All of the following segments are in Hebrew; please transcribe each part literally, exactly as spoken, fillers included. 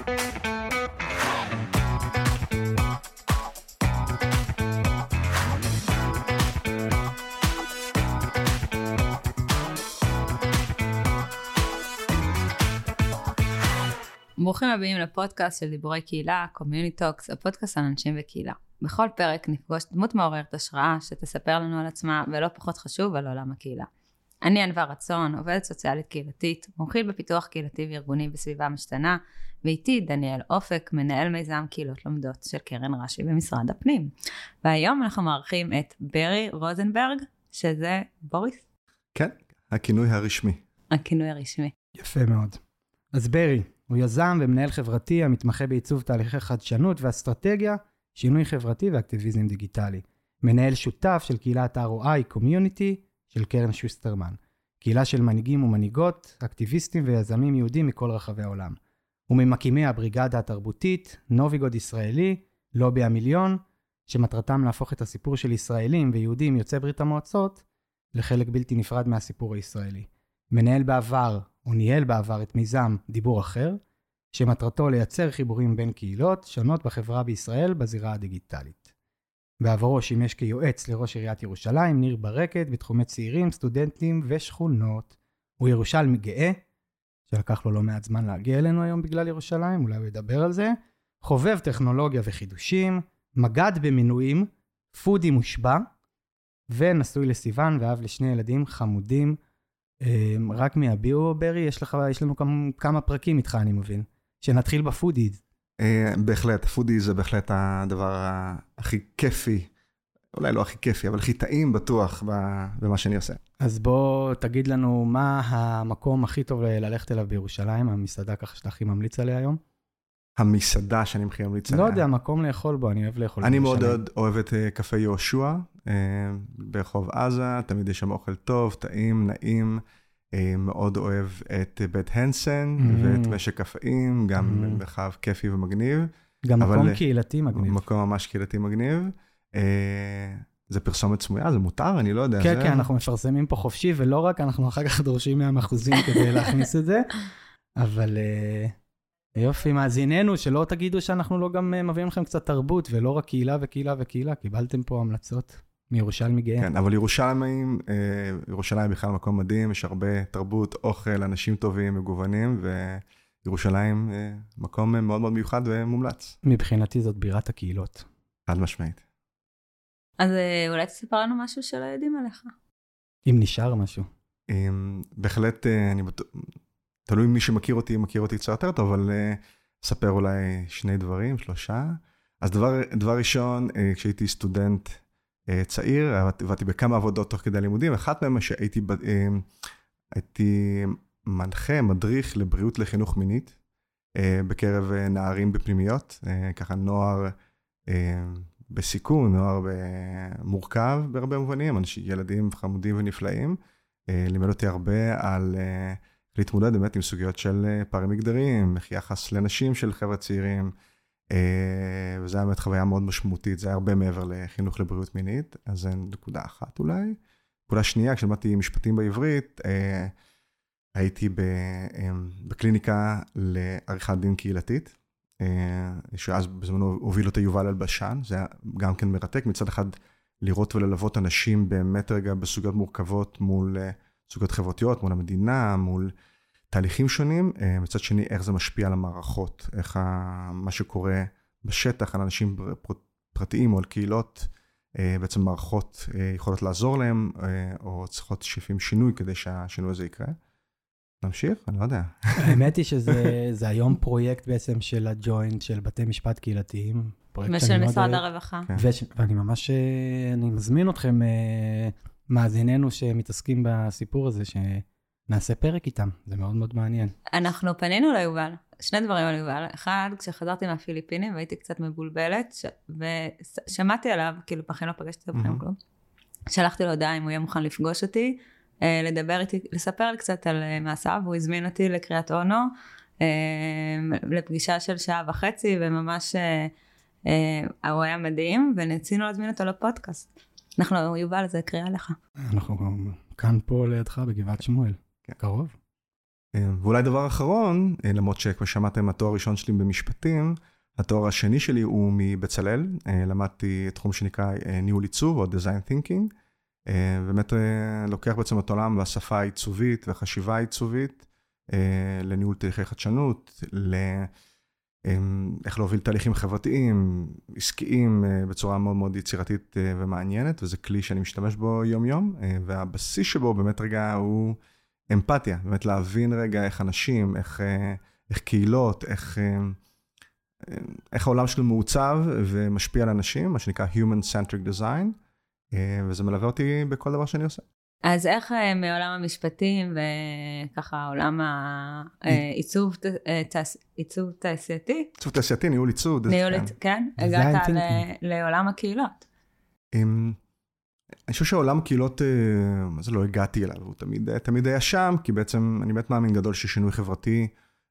ברוכים הבאים לפודקאסט של דיבורי קהילה, Community Talks, הפודקאסט על אנשים וקהילה. בכל פרק נפגוש דמות מעוררת השראה שתספר לנו על עצמה, ולא פחות חשוב על עולם הקהילה. אני ענווה רצון, עובדת סוציאלית קהילתית, מומחית בפיתוח קהילתי וארגוני בסביבה משתנה, ואיתי דניאל אופק, מנהל מיזם קהילות לומדות של קרן רש"י במשרד הפנים. והיום אנחנו מארחים את ברי רוזנברג, שזה בוריס? כן, הכינוי הרשמי. הכינוי הרשמי. יפה מאוד. אז ברי, הוא יזם ומנהל חברתי המתמחה בעיצוב תהליכי חדשנות ואסטרטגיה, שינוי חברתי ואקטיביזם דיגיטלי. מנהל שותף של קהילת אר או איי Community של קרן שוסטרמן. קהילה של מנהיגים ומנהיגות, אקטיביסטים ויזמים יהודים מכל רחבי העולם. הוא ממקימי הבריגדה התרבותית, נוביגוד ישראלי, לובי המיליון, שמטרתם להפוך את הסיפור של ישראלים ויהודים יוצאי ברית המועצות לחלק בלתי נפרד מהסיפור הישראלי. מנהל בעבר, או ניהל בעבר את מיזם דיבור אחר, שמטרתו לייצר חיבורים בין קהילות שונות בחברה בישראל בזירה הדיגיטלית. בעברו שימש כיועץ לראש עיריית ירושלים, ניר ברקת, בתחומי צעירים, סטודנטים ושכונות. הוא ירושלמי גאה, שלקח לו לא מעט זמן להגיע אלינו היום בגלל ירושלים, אולי הוא ידבר על זה. חובב טכנולוגיה וחידושים, מגד במינויים, פודי מושבע, ונשוי לסיוון ואב לשני ילדים חמודים. רק מהביאו, ברי, יש לך, יש לנו כמה, כמה פרקים איתך, אני מבין. שנתחיל בפודיז. בהחלט, פודיז זה בהחלט הדבר הכי כיפי, אולי לא הכי כיפי, אבל הכי טעים בטוח במה שאני עושה. אז בוא תגיד לנו מה המקום הכי טוב ללכת אליו בירושלים, המסעדה ככה שאתה הכי ממליץ עליה היום? המסעדה שאני הכי ממליץ עליה. לא יודע, מקום לאכול בו, אני אוהב לאכול. אני מאוד אוהב את קפה יהושע, ברחוב עזה, תמיד יש שם אוכל טוב, טעים, נעים, מאוד אוהב את בית הנסן ואת משק קפאים, גם מרחב כיפי ומגניב. גם מקום קהילתי מגניב. מקום ממש קהילתי מגניב. זה פרסומת סמויה, זה מותר, אני לא יודע. כן, כן, אנחנו מפרסמים פה חופשי, ולא רק, אנחנו אחר כך דורשים מהם אחוזים כדי להכניס את זה, אבל יופי, מאזיננו, שלא תגידו שאנחנו לא גם מביאים לכם קצת תרבות, ולא רק קהילה וקהילה וקהילה, קיבלתם פה המלצות מירושלמי גאה. כן, אבל ירושלים, ירושלים בכלל מקום מדהים, יש הרבה תרבות, אוכל, אנשים טובים, מגוונים, וירושלים מקום מאוד מאוד מיוחד ומומלץ. מבחינתי זאת בירת הקהילות. חד משמעית. אז אולי תספר לנו משהו שלא יודעים עליך. אם נשאר משהו. בהחלט, אני תלוי מי שמכיר אותי, מכיר אותי קצת יותר טוב, אבל אספר אולי שני דברים, שלושה. אז דבר, דבר ראשון, כשהייתי סטודנט צעיר, עבדתי בכמה עבודות תוך כדי לימודים, אחת מהם שהייתי הייתי מנחה, מדריך לבריאות לחינוך מינית, בקרב נערים בפנימיות, ככה נוער בסיכון, נוער מורכב בהרבה מובנים, אנשים, ילדים חמודים ונפלאים. לימד אותי הרבה על להתמודד באמת עם סוגיות של פערים מגדריים, יחס לנשים של חבר'ה צעירים, וזה היה באמת חוויה מאוד משמעותית, זה היה הרבה מעבר לחינוך לבריאות מינית, אז זה נקודה אחת אולי. נקודה שנייה, כשלמדתי משפטים בעברית, הייתי בקליניקה לעריכת דין קהילתית, שאז בזמנו הוביל אותה יובל אלבשן, זה היה גם כן מרתק, מצד אחד לראות וללוות אנשים באמת רגע בסוגיות מורכבות מול סוגיות חברתיות, מול המדינה, מול תהליכים שונים, מצד שני איך זה משפיע על המערכות, איך מה שקורה בשטח על אנשים פרטיים או על קהילות, בעצם מערכות יכולות לעזור להם, או צריכות שפים שינוי כדי שהשינוי הזה יקרה. נמשיך? אני לא יודע. האמת היא שזה היום פרויקט בעצם של הג'וינט, של בתי משפט קהילתיים. ושל משרד הרווחה. ואני ממש, אני מזמין אתכם, מאזיננו שמתעסקים בסיפור הזה, שנעשה פרק איתם. זה מאוד מאוד מעניין. אנחנו פנינו ליובל, שני דברים על יובל. אחד, כשחזרתי מהפיליפינים, והייתי קצת מבולבלת, ושמעתי עליו, כאילו פחים לא פגשתי אותו בכם כלום. שלחתי לו הודעה אם הוא יהיה מוכן לפגוש אותי, לדבר איתי, לספר לי קצת על מעשיו, והוא הזמין אותי לקריאת אונו, לפגישה של שעה וחצי, וממש הוא היה מדהים, ונצינו להזמין אותו לפודקאסט. אנחנו, יובל, זה קריאה לך. אנחנו כאן פה לידך בגבעת שמואל, קרוב. ואולי דבר אחרון, למרות שכמו שמעתם, התואר הראשון שלי במשפטים, התואר השני שלי הוא מבצלאל, למדתי תחום שנקרא ניהול עיצוב או design thinking, באמת לוקח בעצם את העולם והשפה העיצובית והחשיבה העיצובית, לניהול תהליכי חדשנות, איך להוביל תהליכים חברתיים, עסקיים, בצורה מאוד מאוד יצירתית ומעניינת, וזה כלי שאני משתמש בו יום יום, והבסיס שבו באמת רגע הוא אמפתיה, באמת להבין רגע איך אנשים, איך, איך קהילות, איך, איך העולם שלו מעוצב ומשפיע על אנשים, מה שנקרא Human-Centric Design, וזה מלווה אותי בכל דבר שאני עושה. אז איך מעולם המשפטים וככה עולם העיצוב תעשייתי? עיצוב תעשייתי, ניהול עיצוב. ניהול, כן, הגעת לעולם הקהילות. אני חושב שהעולם הקהילות, מה זה לא הגעתי אליו, הוא תמיד, תמיד היה שם, כי בעצם אני באמת מאמין גדול ששינוי חברתי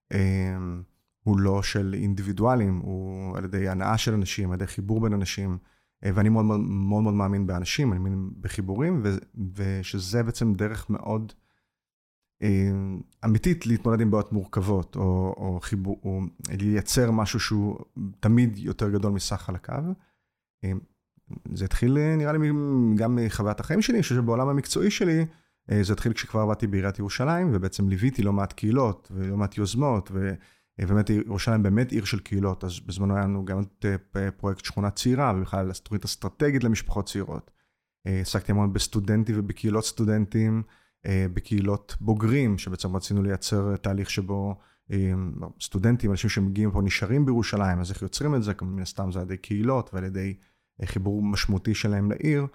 הוא לא של אינדיבידואלים, הוא על ידי הנאה של אנשים, על ידי חיבור בין אנשים, ואני מאוד מאוד, מאוד, מאוד מאמין באנשים, אני מאמין בחיבורים, ו, ושזה בעצם דרך מאוד אה, אמיתית להתמודד עם בעיות מורכבות, או, או, חיבור, או לייצר משהו שהוא תמיד יותר גדול מסך חלקיו. אה, זה התחיל, נראה לי, גם מחוויית החיים שלי, שבעולם המקצועי שלי, אה, זה התחיל כשכבר עבדתי בעיריית ירושלים, ובעצם ליוויתי לא מעט קהילות, ולא מעט יוזמות, ו... באמת ירושלים באמת עיר של קהילות, אז בזמנו היה לנו גם את פרויקט שכונה צעירה, ובכלל תוכנית אסטרטגית למשפחות צעירות. עסקתי המון בסטודנטים ובקהילות סטודנטים, בקהילות בוגרים, שבעצם רצינו לייצר תהליך שבו סטודנטים, אנשים שמגיעים פה נשארים בירושלים, אז איך יוצרים את זה? מן הסתם זה על ידי קהילות, ועל ידי חיבור משמעותי שלהם לעיר,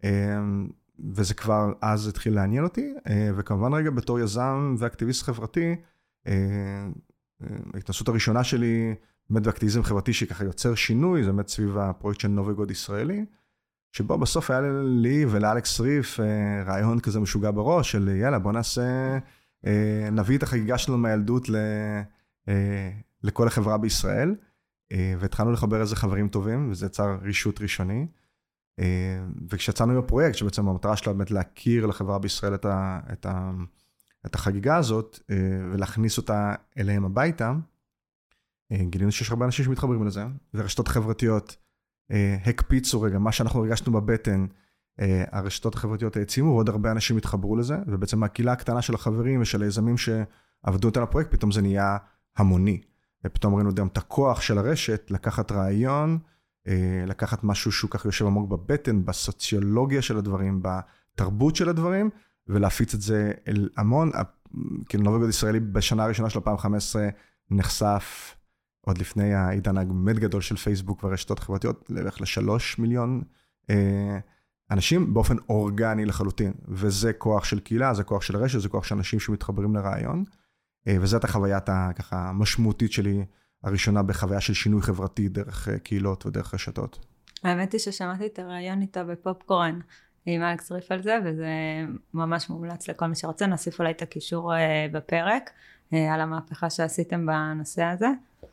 וזה כבר אז התחיל לעניין אותי, וכמובן רגע בתור יזם ואקטיביסט חברתי, ההתנסות הראשונה שלי, באמת באקטיביזם חברתי שככה יוצר שינוי, זה באמת סביב הפרויקט של נובגוד ישראלי, שבו בסוף היה לי ולאלכס ריף רעיון כזה משוגע בראש, של יאללה בוא נעשה, נביא את החגיגה שלנו מהילדות לכל החברה בישראל, והתחלנו לחבר איזה חברים טובים, וזה יצר רישות ראשוני, וכשיצאנו בפרויקט, שבעצם המטרה שלה באמת להכיר לחברה בישראל את ה... את ה את החגיגה הזאת, ולהכניס אותה אליהם הביתה, גילינו שיש הרבה אנשים שמתחברים לזה, ורשתות חברתיות הקפיצו רגע, מה שאנחנו הרגשנו בבטן, הרשתות החברתיות העצימו, ועוד הרבה אנשים התחברו לזה, ובעצם הקהילה הקטנה של החברים ושל היזמים שעבדו אותה לפרויקט, פתאום זה נהיה המוני, ופתאום ראינו גם את הכוח של הרשת, לקחת רעיון, לקחת משהו שהוא כך יושב עמוק בבטן, בסוציולוגיה של הדברים, בתרבות של הדברים, ולהפיץ את זה אל המון, כאילו נובגוד ישראלי בשנה הראשונה של אלפיים וחמש עשרה נחשף, עוד לפני העידן הבאמת גדול של פייסבוק והרשתות חברתיות, בערך לשלוש מיליון אה, אנשים באופן אורגני לחלוטין, וזה כוח של קהילה, זה כוח של רשת, זה כוח של אנשים שמתחברים לרעיון, אה, וזאת החוויית ככה המשמעותית שלי הראשונה בחוויה של שינוי חברתי דרך קהילות ודרך רשתות. האמת היא ששמעתי את הרעיון איתו בפופקורן, עם אלכס ריף על זה, וזה ממש מומלץ לכל מי שרוצה, נוסיף אולי את הקישור בפרק, על המהפכה שעשיתם בנושא הזה.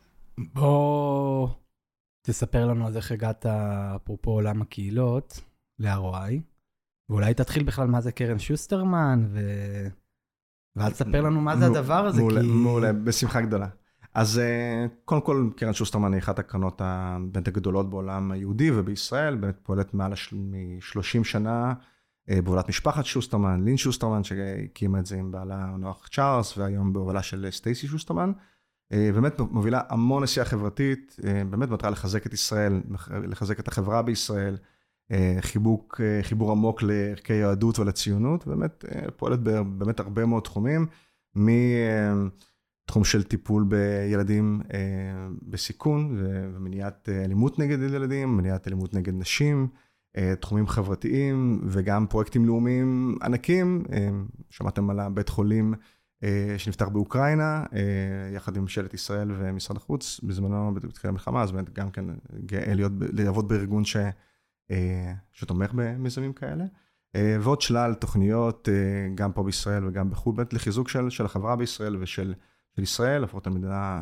בוא תספר לנו אז איך הגעת, אפרופו עולם הקהילות, ל-אר או איי, ואולי תתחיל בכלל מה זה קרן שוסטרמן, ו... ואז תספר לנו מה זה הדבר הזה. מעולה, כי... מעולה, בשמחה גדולה. אז קודם כל, קרן שוסטרמן היא אחת הקרנות באמת הגדולות בעולם היהודי ובישראל, באמת פועלת מעל מ-שלושים שנה, בהובלת משפחת שוסטרמן, לין שוסטרמן, שהקימה את זה עם בעלה נוח צ'ארלס, והיום בהובלה של סטייסי שוסטרמן, באמת מובילה המון עשייה חברתית, באמת מטרה לחזק את ישראל, לחזק את החברה בישראל, חיבוק, חיבור עמוק לערכי יהדות ולציונות, באמת פועלת באמת הרבה מאוד תחומים, מ... תחום של טיפול בילדים אה, בסיכון, ומניעת אלימות נגד ילדים, מניעת אלימות נגד נשים, אה, תחומים חברתיים, וגם פרויקטים לאומיים ענקים, אה, שמעתם על הבית חולים אה, שנפתח באוקראינה, אה, יחד עם ממשלת ישראל ומשרד החוץ, בזמנו בתחילה המלחמה, אז באמת גם כן גאה להיות, לעבוד בארגון ש, אה, שתומך במיזמים כאלה, אה, ועוד שלל תוכניות, אה, גם פה בישראל וגם בחו"ל, באמת לחיזוק של, של החברה בישראל ושל של ישראל, לפחות המדינה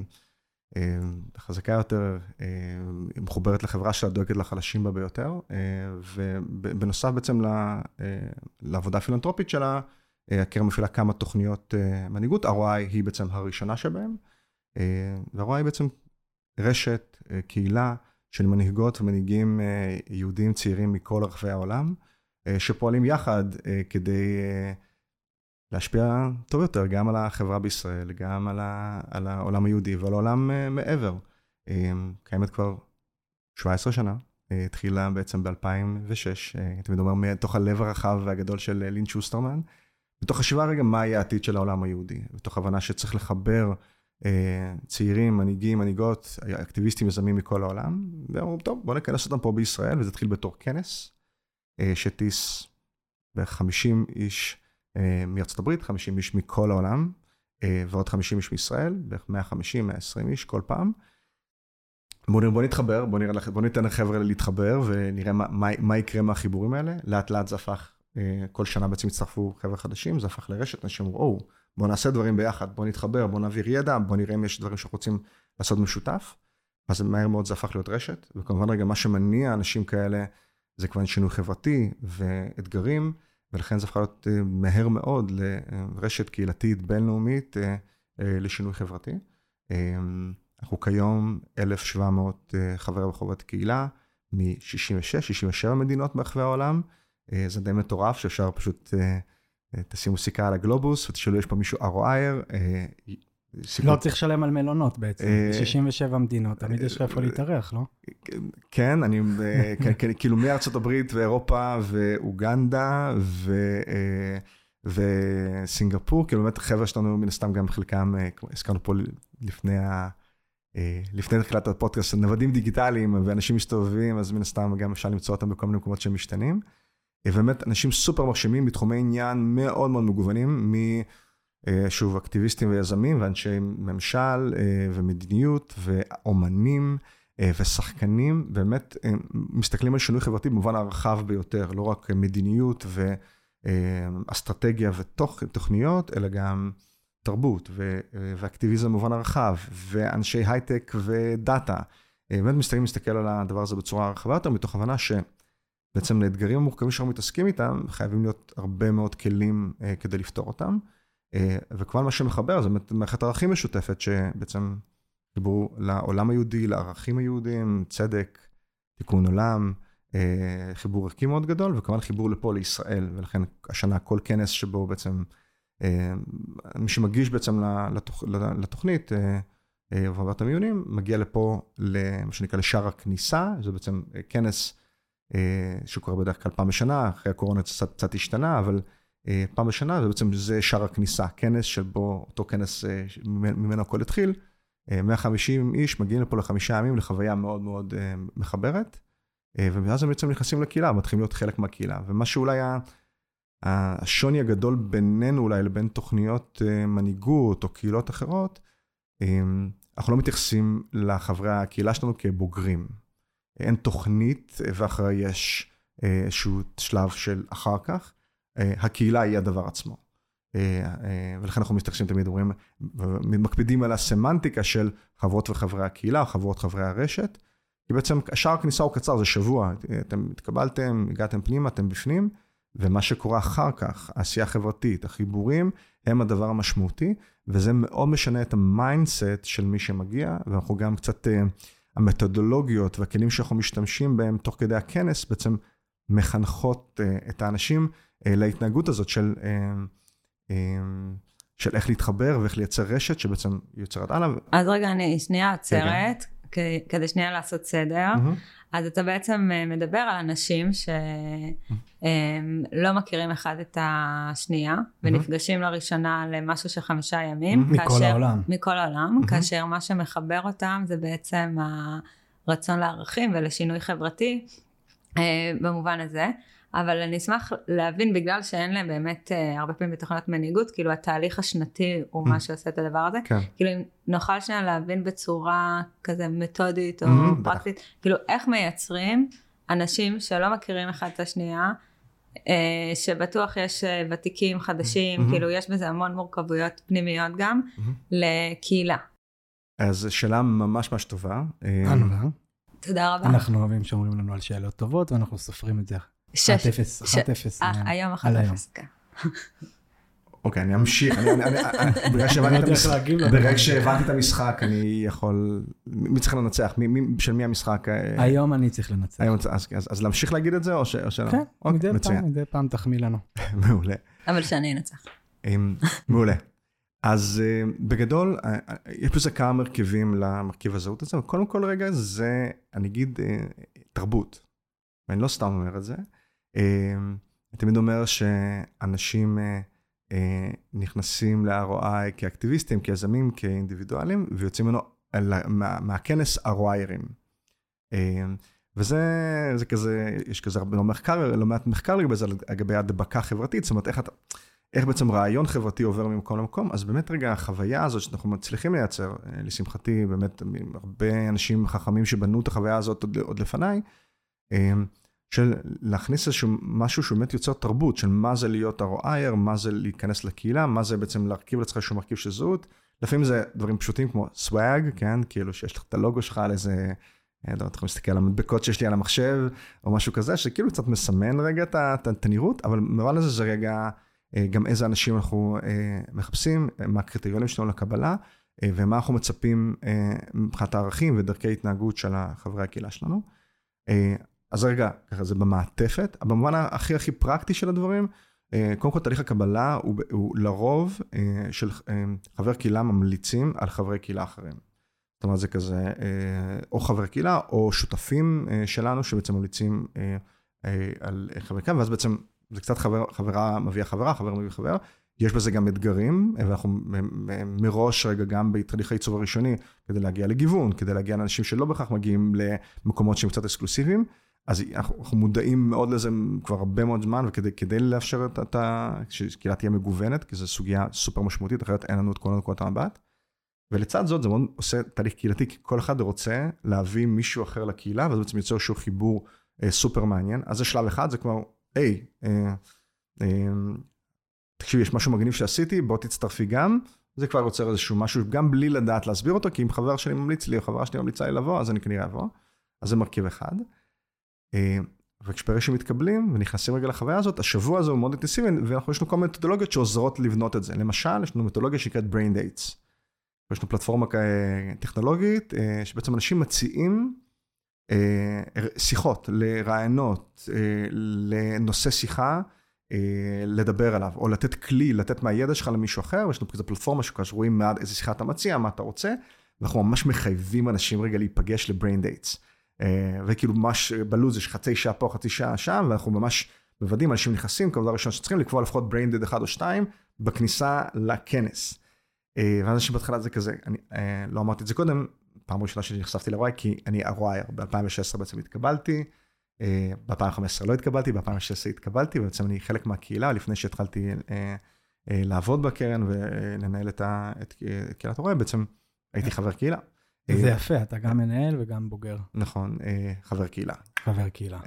חזקה יותר, מחוברת לחברה שלה, דואגת לחלשים בה ביותר, ובנוסף בעצם לעבודה הפילנטרופית שלה, הקרן מפעילה כמה תוכניות מנהיגות, ה-אר או איי היא בעצם הראשונה שבהם, וה-אר או איי היא בעצם רשת, קהילה של מנהיגות ומנהיגים יהודים צעירים מכל רחבי העולם, שפועלים יחד כדי להשפיע טוב יותר גם על החברה בישראל, גם על, ה, על העולם היהודי ועל העולם מעבר. קיימת כבר שבע עשרה שנה, התחילה בעצם ב-אלפיים ושש, תמיד אומר, מתוך הלב הרחב והגדול של לין שוסטרמן, בתוך חשיבה רגע מה יהיה העתיד של העולם היהודי, בתוך הבנה שצריך לחבר צעירים, מנהיגים, מנהיגות, אקטיביסטים יזמים מכל העולם, ואומרים, טוב, בואו נכנס אותם פה בישראל, וזה התחיל בתור כנס, שטיס בערך חמישים איש מארצות הברית, חמישים איש מכל העולם, ועוד חמישים איש מישראל, בערך מאה וחמישים, מאה ועשרים איש כל פעם. בואו בוא נתחבר, בואו בוא, בוא ניתן לחבר'ה להתחבר, ונראה מה, מה, מה יקרה מהחיבורים האלה. לאט לאט זה הפך, כל שנה בעצם הצטרפו חבר'ה חדשים, זה הפך לרשת, אנשים אמרו, או, בואו נעשה דברים ביחד, בואו נתחבר, בואו נעביר ידע, בואו נראה אם יש דברים שאנחנו רוצים לעשות משותף. אז מהר מאוד זה הפך להיות רשת, וכמובן רגע מה שמניע אנשים כאלה, זה כבר שינוי חברתי ואתגרים, ולכן זה הפך להיות מהר מאוד לרשת קהילתית בינלאומית לשינוי חברתי. אנחנו כיום אלף שבע מאות חברי וחברות קהילה, מ-שישים ושש שישים ושבע מדינות ברחבי העולם. זה די מטורף שאפשר פשוט, תשימו סיכה על הגלובוס, ותשאלו יש פה מישהו אר או אייר. לא צריך לשלם על מלונות בעצם, שישים ושבע מדינות, תמיד יש לך איפה להתארח, לא? כן, אני, כאילו מארצות הברית ואירופה ואוגנדה וסינגפור, כאילו באמת חבר'ה שלנו מן הסתם גם חלקם, הזכרנו פה לפני ה... לפני תחילת הפודקאסט, נוודים דיגיטליים ואנשים מסתובבים, אז מן הסתם גם אפשר למצוא אותם בכל מיני מקומות שהם משתנים. ובאמת אנשים סופר מרשימים בתחומי עניין מאוד מאוד מגוונים, משוב אקטיביסטים ויזמים ואנשי ממשל ומדיניות ואומנים ושחקנים, באמת מסתכלים על שינוי חברתי במובן הרחב ביותר, לא רק מדיניות ואסטרטגיה ותוכניות, אלא גם תרבות ואקטיביזם במובן הרחב, ואנשי הייטק ודאטה. באמת מסתכלים להסתכל על הדבר הזה בצורה רחבה יותר, מתוך הבנה שבעצם לאתגרים המורכבים שאנחנו מתעסקים איתם, חייבים להיות הרבה מאוד כלים כדי לפתור אותם, וכמובן מה שמחבר זה מערכת ערכים משותפת, שבעצם חיבור לעולם היהודי, לערכים היהודיים, צדק, תיקון עולם, חיבור ערכי מאוד גדול, וכמובן חיבור לפה לישראל, ולכן השנה כל כנס שבו בעצם מי שמגיש בעצם לתוכנית, ועבודת המיונים, מגיע לפה, למה שנקרא לשער הכניסה, זה בעצם כנס שקורה בדרך כלל פעם בשנה, אחרי הקורונה קצת השתנה, אבל פעם בשנה, ובעצם זה שער הכניסה, כנס שבו אותו כנס ממנו הכל התחיל, מאה וחמישים איש מגיעים לפה לחמישה ימים לחוויה מאוד מאוד מחברת, ואז הם בעצם נכנסים לקהילה, מתחילים להיות חלק מהקהילה, ומה שאולי היה, השוני הגדול בינינו אולי לבין תוכניות מנהיגות או קהילות אחרות, אנחנו לא מתייחסים לחברי הקהילה שלנו כבוגרים. אין תוכנית ואחרי יש איזשהו שלב של אחר כך. הקהילה היא הדבר עצמו. ולכן אנחנו מתייחסים תמיד, אומרים, מקפידים על הסמנטיקה של חברות וחברי הקהילה, או חברות חברי הרשת, כי בעצם השער הכניסה הוא קצר, זה שבוע. אתם התקבלתם, הגעתם פנימה, אתם בפנים, ומה שקורה אחר כך, העשייה החברתית, החיבורים, הם הדבר המשמעותי, וזה מאוד משנה את המיינדסט של מי שמגיע, ואנחנו גם קצת, המתודולוגיות והכלים שאנחנו משתמשים בהם תוך כדי הכנס, בעצם מחנכות את האנשים להתנהגות הזאת של, של איך להתחבר ואיך לייצר רשת, שבעצם יוצרת הלאה. אז רגע, אני שנייה עוצרת, כדי שנייה לעשות סדר. אז אתה בעצם מדבר על אנשים שלא מכירים אחד את השנייה, ונפגשים לראשונה למשהו של חמישה ימים. מכל העולם. מכל העולם, כאשר מה שמחבר אותם זה בעצם הרצון לערכים ולשינוי חברתי, במובן הזה. אבל אני אשמח להבין, בגלל שאין להם באמת הרבה פעמים בתוכניות מנהיגות, כאילו התהליך השנתי הוא מה שעושה את הדבר הזה. כאילו אם נוכל שנייה להבין בצורה כזה מתודית או פרקטית, כאילו איך מייצרים אנשים שלא מכירים אחד את השנייה, שבטוח יש ותיקים חדשים, כאילו יש בזה המון מורכבויות פנימיות גם, לקהילה. אז שאלה ממש ממש טובה. תודה רבה. אנחנו אוהבים שאומרים לנו על שאלות טובות, ואנחנו סופרים את זה. אחת אפס, אחת אפס. היום אחת אפס, כן. אוקיי, אני אמשיך, ברגע שהבנתי את המשחק, אני יכול, מי צריך לנצח? של מי המשחק? היום אני צריך לנצח. אז להמשיך להגיד את זה, או שלא? כן, מדי פעם, מדי פעם תחמיא לנו. מעולה. אבל שאני אנצח. מעולה. אז בגדול, יש בזה כמה מרכיבים למרכיב הזהות הזה, וקודם כל רגע זה, אני אגיד, תרבות. ואני לא סתם אומר את זה. אני תמיד אומר שאנשים נכנסים ל-אר או איי כאקטיביסטים, כיזמים, כאינדיבידואלים, ויוצאים ממנו מהכנס אר-או-איירים. וזה זה כזה, יש כזה הרבה לא מחקר, לא מעט מחקר לגבי זה, לגבי הדבקה חברתית, זאת אומרת, איך אתה... איך בעצם רעיון חברתי עובר ממקום למקום, אז באמת רגע החוויה הזאת שאנחנו מצליחים לייצר, לשמחתי באמת הרבה אנשים חכמים שבנו את החוויה הזאת עוד, עוד לפניי, של להכניס איזשהו משהו שהוא באמת יוצר תרבות, של מה זה להיות אר או אייר, מה זה להיכנס לקהילה, מה זה בעצם להרכיב לצלך איזשהו מרכיב של זהות, לפעמים זה דברים פשוטים כמו סוואג, כן, כאילו שיש לך את הלוגו שלך על איזה, אתה יכול להסתכל על המדבקות שיש לי על המחשב, או משהו כזה, שכאילו קצת מסמן רגע את הנראות, אבל מעבר לזה זה רגע, גם איזה אנשים אנחנו מחפשים, מה הקריטריונים שלנו לקבלה, ומה אנחנו מצפים מבחינת הערכים ודרכי התנהגות של חברי הקהילה שלנו. אז רגע, ככה זה במעטפת, אבל במובן הכי הכי פרקטי של הדברים, קודם כל תהליך הקבלה הוא, הוא לרוב של חבר קהילה ממליצים על חברי קהילה אחרים. זאת אומרת זה כזה, או חבר קהילה או שותפים שלנו שבעצם ממליצים על חברי קהילה, ואז בעצם זה קצת חבר, חברה מביאה חברה, חבר מביא חבר. יש בזה גם אתגרים, ואנחנו מראש רגע גם בתהליך העיצוב הראשוני, כדי להגיע לגיוון, כדי להגיע לאנשים שלא בכך מגיעים למקומות שהם קצת אקסקלוסיביים, אז אנחנו מודעים מאוד לזה כבר הרבה מאוד זמן, וכדי כדי לאפשר את ה... שקהילה תהיה מגוונת, כי זו סוגיה סופר משמעותית, אחרת אין לנו את כל נקודת המבט. ולצד זאת, זה מאוד עושה תהליך קהילתי, כי כל אחד רוצה להביא מישהו אחר לקהילה, וזה בעצם יוצר שהוא חיבור סופר מעניין. אז זה שלב אחד, זה כבר, היי, תקשיב, יש משהו מגניב שעשיתי, בוא תצטרפי גם, זה כבר יוצר איזשהו משהו, גם בלי לדעת להסביר אותו, כי אם חבר שלי ממליץ לי, או חברה שלי ממליצה לי לבוא, אז אני כנראה אבוא. אז זה מרכיב אחד. וכשפרשים מתקבלים ונכנסים רגע לחוויה הזאת, השבוע הזה הוא מאוד אינטנסיבי, ואנחנו יש לנו כל מיני מתודולוגיות שעוזרות לבנות את זה. למשל, יש לנו מתודולוגיה שנקראת Brain Dates. יש לנו פלטפורמה טכנולוגית, שבעצם אנשים מציעים שיחות, לרעיונות, לנושא שיחה, לדבר עליו, או לתת כלי, לתת מהידע שלך למישהו אחר, ויש לנו כזה פלטפורמה שרואים מעד איזה שיחה אתה מציע, מה אתה רוצה, ואנחנו ממש מחייבים אנשים רגע להיפגש ל-Brain Dates. וכאילו ממש בלוז יש חצי שעה פה, חצי שעה שם, ואנחנו ממש מוודאים, אנשים נכנסים, כמובן ראשון שצריכים לקבוע לפחות Brain Date אחד או שתיים, בכניסה לכנס. ואנשים בתחילת זה כזה, אני לא אמרתי את זה קודם, פעם ראשונה שנחשפתי ל-אר או איי, כי אני אר או אייר, ב-אלפיים ושש עשרה בעצם התקבלתי, ב-אלפיים וחמש עשרה לא התקבלתי, ב-אלפיים ושש עשרה התקבלתי, ובעצם אני חלק מהקהילה, לפני שהתחלתי לעבוד בקרן ולנהל את קהילת אר או איי, בעצם הייתי חבר קהילה. זה יפה, אתה גם מנהל וגם בוגר. נכון, חבר קהילה. חבר קהילה.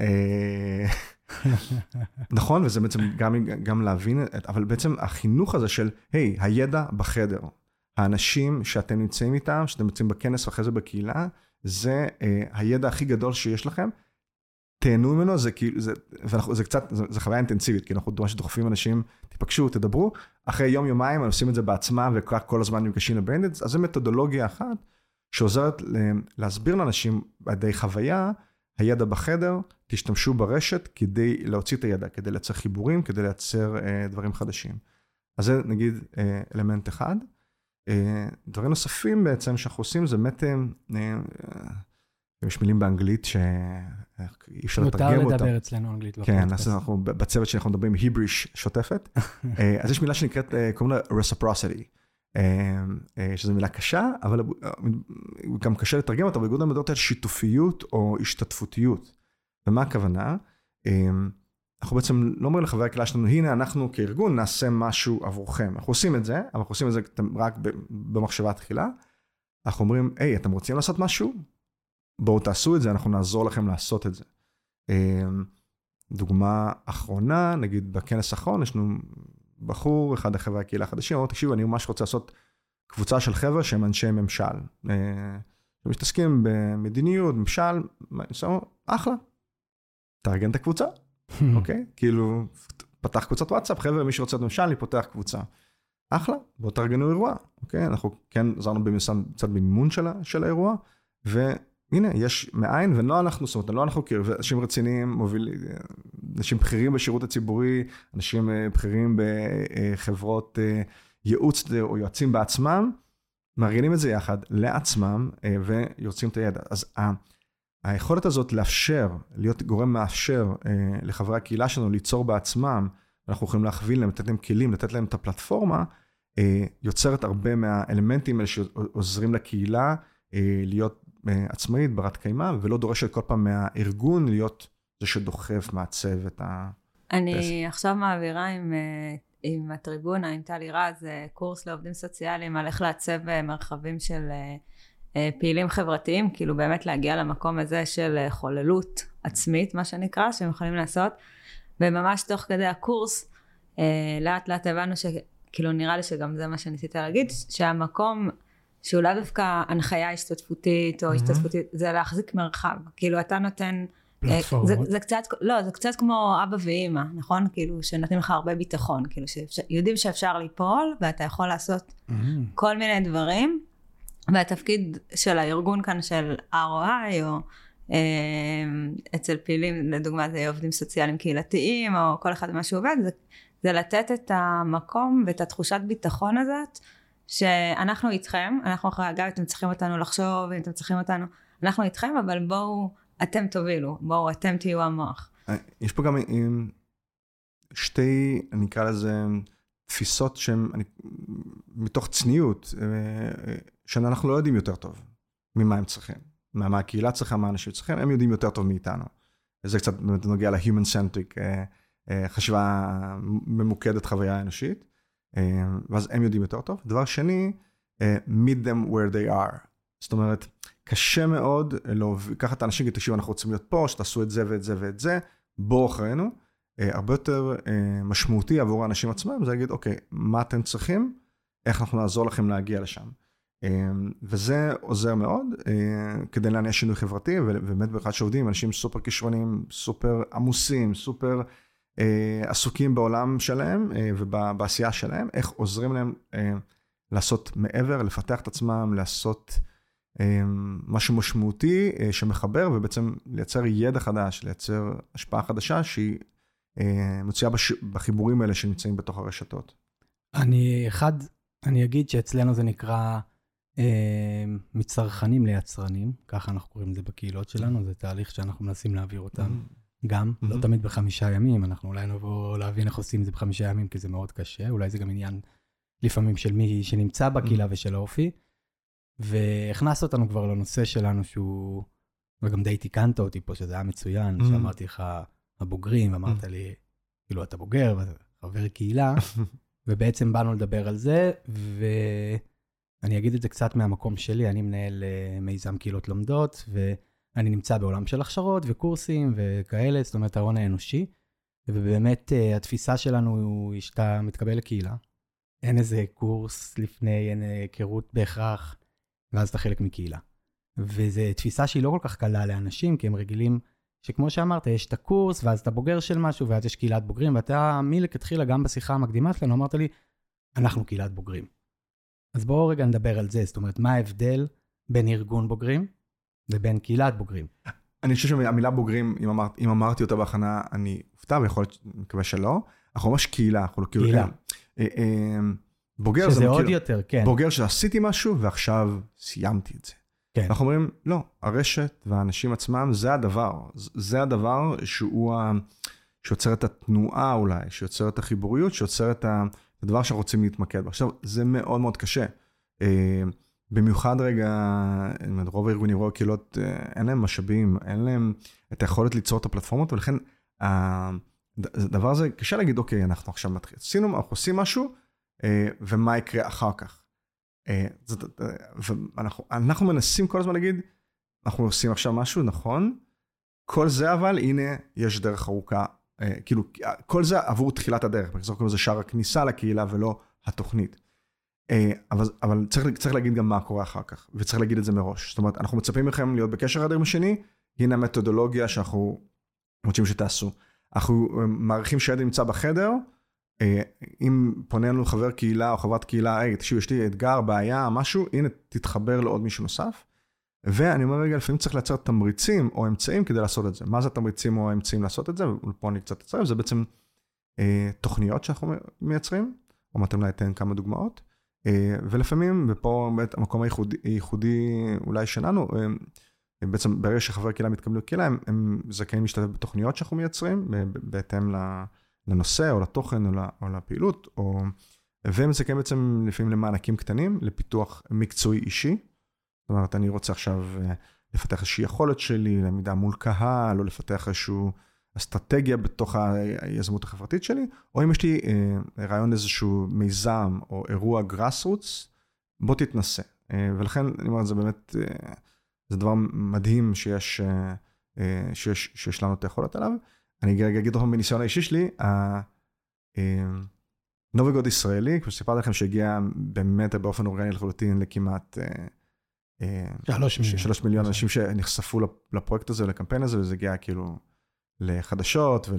נכון, וזה בעצם גם להבין, אבל בעצם החינוך הזה של, היי, הידע בחדר, האנשים שאתם נמצאים איתם, שאתם נמצאים בכנס ואחרי זה בקהילה, זה הידע הכי גדול שיש לכם, תהנו ממנו, זה כאילו, זה קצת, זה חוויה אינטנסיבית, כי אנחנו ממש דוחפים אנשים, תיפגשו, תדברו, אחרי יום יומיים, הם עושים את זה בעצמם, וכך כל הזמן נפגשים לברנדד, אז זו מתודולוגיה אחת, שעוזרת להסביר לאנשים די חוויה, הידע בחדר, תשתמשו ברשת כדי להוציא את הידע, כדי לייצר חיבורים, כדי לייצר דברים חדשים. אז זה נגיד אלמנט אחד. דברים נוספים בעצם שאנחנו עושים, זה באמת, יש מילים באנגלית שאי אפשר לתרגם אותם. מותר לדבר אצלנו אנגלית. כן, אז אנחנו בצוות שאנחנו מדברים היבריש שוטפת. אז יש מילה שנקראת, קוראים לה reciprocity. שזו מילה קשה, אבל גם קשה לתרגם אותה, באיגוד המדעות על שיתופיות או השתתפותיות. ומה הכוונה? אנחנו בעצם לא אומרים לחברי הקהילה שלנו, הנה אנחנו כארגון נעשה משהו עבורכם. אנחנו עושים את זה, אבל אנחנו עושים את זה רק במחשבה תחילה. אנחנו אומרים, היי, אתם רוצים לעשות משהו? בואו תעשו את זה, אנחנו נעזור לכם לעשות את זה. דוגמה אחרונה, נגיד בכנס האחרון, יש לנו בחור, אחד החברי הקהילה החדשים, אמרו, תקשיבו, אני ממש רוצה לעשות קבוצה של חבר'ה שהם אנשי ממשל. מתעסקים במדיניות, ממשל, אחלה. תארגן את הקבוצה, אוקיי? כאילו, פתח קבוצת וואטסאפ, חבר'ה, מי שרוצה להיות ממשל, אני פותח קבוצה. אחלה, בוא תארגנו אירוע, אוקיי? אנחנו כן עזרנו קצת במימון של, של האירוע, והנה, יש מאין, ולא אנחנו, זאת אומרת, לא אנחנו כאילו, אנשים רציניים, מוביל, אנשים בכירים בשירות הציבורי, אנשים בכירים בחברות ייעוץ או יועצים בעצמם, מארגנים את זה יחד לעצמם, ויוצאים את הידע. אז היכולת הזאת לאפשר, להיות גורם מאפשר לחברי הקהילה שלנו, ליצור בעצמם, אנחנו יכולים להכווין להם, לתת להם כלים, לתת להם את הפלטפורמה, יוצרת הרבה מהאלמנטים האלה שעוזרים לקהילה להיות עצמאית, ברת קיימה, ולא דורשת כל פעם מהארגון להיות זה שדוחף, מעצב את ה... אני עכשיו מעבירה עם, עם הטריבונה, עם טלי רז, קורס לעובדים סוציאליים, על איך לעצב מרחבים של פעילים חברתיים, כאילו באמת להגיע למקום הזה של חוללות עצמית, מה שנקרא, שהם יכולים לעשות, וממש תוך כדי הקורס, לאט לאט הבנו שכאילו נראה לי שגם זה מה שניסית להגיד, שהמקום שהוא לא דווקא הנחיה השתתפותית או השתתפותית, זה להחזיק מרחב, כאילו אתה נותן, זה, זה קצת, לא, זה קצת כמו אבא ואמא, נכון? כאילו שנותנים לך הרבה ביטחון, כאילו שיודעים שאפשר ליפול, ואתה יכול לעשות כל מיני דברים, והתפקיד של הארגון כאן של אר או איי, או אצל פעילים, לדוגמה זה עובדים סוציאליים קהילתיים, או כל אחד מה שעובד, זה, זה לתת את המקום ואת התחושת ביטחון הזאת, שאנחנו איתכם, אנחנו אחרי אגב, אתם צריכים אותנו לחשוב, אם אתם צריכים אותנו, אנחנו איתכם, אבל בואו, אתם תובילו, בואו, אתם תהיו המוח. יש פה גם שתי, אני אקרא לזה, תפיסות שהן, מתוך צניעות, שאנחנו לא יודעים יותר טוב, ממה הם צריכים, מה הקהילה צריכה, מה אנשים צריכים, הם יודעים יותר טוב מאיתנו. זה קצת נוגע ל-human centric, חשיבה ממוקדת חוויה אנושית, ואז הם יודעים יותר טוב. דבר שני, meet them where they are. זאת אומרת, קשה מאוד, ככה את האנשים, תקשיבו, אנחנו רוצים להיות פה, שתעשו את זה ואת זה ואת זה, בואו אחרינו. הרבה יותר משמעותי עבור האנשים עצמם, זה להגיד, אוקיי, מה אתם צריכים? איך אנחנו נעזור לכם להגיע לשם? וזה עוזר מאוד, כדי להניע שינוי חברתי, ובאמת באחד שעובדים, אנשים סופר כישרונים, סופר עמוסים, סופר עסוקים בעולם שלהם ובעשייה שלהם, איך עוזרים להם לעשות מעבר, לפתח את עצמם, לעשות משהו משמעותי שמחבר, ובעצם לייצר ידע חדש, לייצר השפעה חדשה, שהיא מוציאה בחיבורים האלה שנמצאים בתוך הרשתות. אני אחד, אני אגיד שאצלנו זה נקרא מצרכנים ליצרנים, ככה אנחנו קוראים לזה בקהילות שלנו, זה תהליך שאנחנו מנסים להעביר אותם. גם, לא תמיד בחמישה ימים, אנחנו אולי נבוא להבין איך עושים את זה בחמישה ימים, כי זה מאוד קשה, אולי זה גם עניין לפעמים של מי שנמצא בקהילה ושל האופי, והכנס אותנו כבר לנושא שלנו שהוא, וגם די תיקנת אותי פה, שזה היה מצוין, שאמרתי לך, הבוגרים, אמרת לי, כאילו אתה בוגר, ואתה חבר קהילה, ובעצם באנו לדבר על זה, ואני אגיד את זה קצת מהמקום שלי, אני מנהל מיזם קהילות לומדות, ו... אני נמצא בעולם של הכשרות וקורסים וכאלה, זאת אומרת, ההון האנושי, ובאמת התפיסה שלנו היא שאתה מתקבל לקהילה. אין איזה קורס לפני, אין היכרות בהכרח, ואז אתה חלק מקהילה. וזו תפיסה שהיא לא כל כך קלה לאנשים, כי הם רגילים שכמו שאמרת, יש את הקורס, ואז אתה בוגר של משהו, ואז יש קהילת בוגרים, ואתה מלכתחילה גם בשיחה המקדימה שלנו, אמרת לי, אנחנו קהילת בוגרים. אז בואו רגע נדבר על זה, זאת אומרת, מה ההבדל בין ארגון בוגרים, ובין קהילת בוגרים. אני חושב שהמילה בוגרים, אם, אמר, אם אמרתי אותה בהכנה, אני אופתע, ויכול להיות, מקווה שלא. אנחנו ממש קהילה, אנחנו לא כאילו... קהילה. אה, אה, בוגר שזה זה... עוד כאילו, יותר, כן. בוגר שעשיתי משהו, ועכשיו סיימתי את זה. כן. אנחנו אומרים, לא, הרשת והאנשים עצמם, זה הדבר. זה הדבר שהוא ה... שיוצר את התנועה אולי, שיוצר את החיבוריות, שיוצר את הדבר שאנחנו רוצים להתמקד בה. עכשיו, זה מאוד מאוד קשה. אה, במיוחד רגע, רוב הארגונים, רוב הקהילות, אין להם משאבים, אין להם את היכולת ליצור את הפלטפורמות, ולכן הדבר הזה, קשה להגיד, אוקיי, אנחנו עכשיו מתחיל, עשינו, אנחנו עושים משהו, ומה יקרה אחר כך. ואנחנו מנסים כל הזמן להגיד, אנחנו עושים עכשיו משהו, נכון, כל זה אבל, הנה, יש דרך ארוכה, כאילו, כל זה עבור תחילת הדרך, בגלל קוראים לזה שער הכניסה לקהילה, ולא התוכנית. אבל, אבל צריך, צריך להגיד גם מה קורה אחר כך, וצריך להגיד את זה מראש. זאת אומרת, אנחנו מצפים לכם להיות בקשר אחד עם השני, הנה המתודולוגיה שאנחנו רוצים שתעשו. אנחנו מעריכים שהילד נמצא בחדר, אם פונה לנו חבר קהילה או חברת קהילה, היי, תקשיב, יש לי אתגר, בעיה, משהו, הנה, תתחבר לעוד מישהו נוסף. ואני אומר רגע, לפעמים צריך לייצר תמריצים או אמצעים כדי לעשות את זה. מה זה התמריצים או האמצעים לעשות את זה? ופה אני קצת אצטרף, זה בעצם אה, תוכניות שאנחנו מייצרים, או מתאים להיתן כמה דוגמאות. אה, ולפעמים, ופה באמת המקום הייחודי, הייחודי אולי שלנו, אה, בעצם ברגע שחברי קהילה מתקבלו קהילה, הם, הם זכאים להשתתף בתוכניות שאנחנו מייצרים, בהתאם לנושא או לתוכן או, או לפעילות, או, והם זכאים בעצם לפעמים למענקים קטנים, לפיתוח מקצועי אישי. זאת אומרת, אני רוצה עכשיו לפתח איזושהי יכולת שלי, למידה מול קהל, או לפתח איזושהי אסטרטגיה בתוך היזמות החברתית שלי, או אם יש לי רעיון איזשהו מיזם או אירוע grassroots, בוא תתנסה. ולכן, אני אומר, זה באמת, זה דבר מדהים שיש, שיש, שיש לנו את היכולת עליו. אני אגיד לכם בניסיון האישי שלי, נובי גוד ישראלי, כמו שסיפרתי לכם שהגיע באמת באופן אורגני לחלוטין לכמעט שלוש מיליון. שלוש מיליון אנשים שנחשפו לפרויקט הזה ולקמפיין הזה, וזה הגיע כאילו לחדשות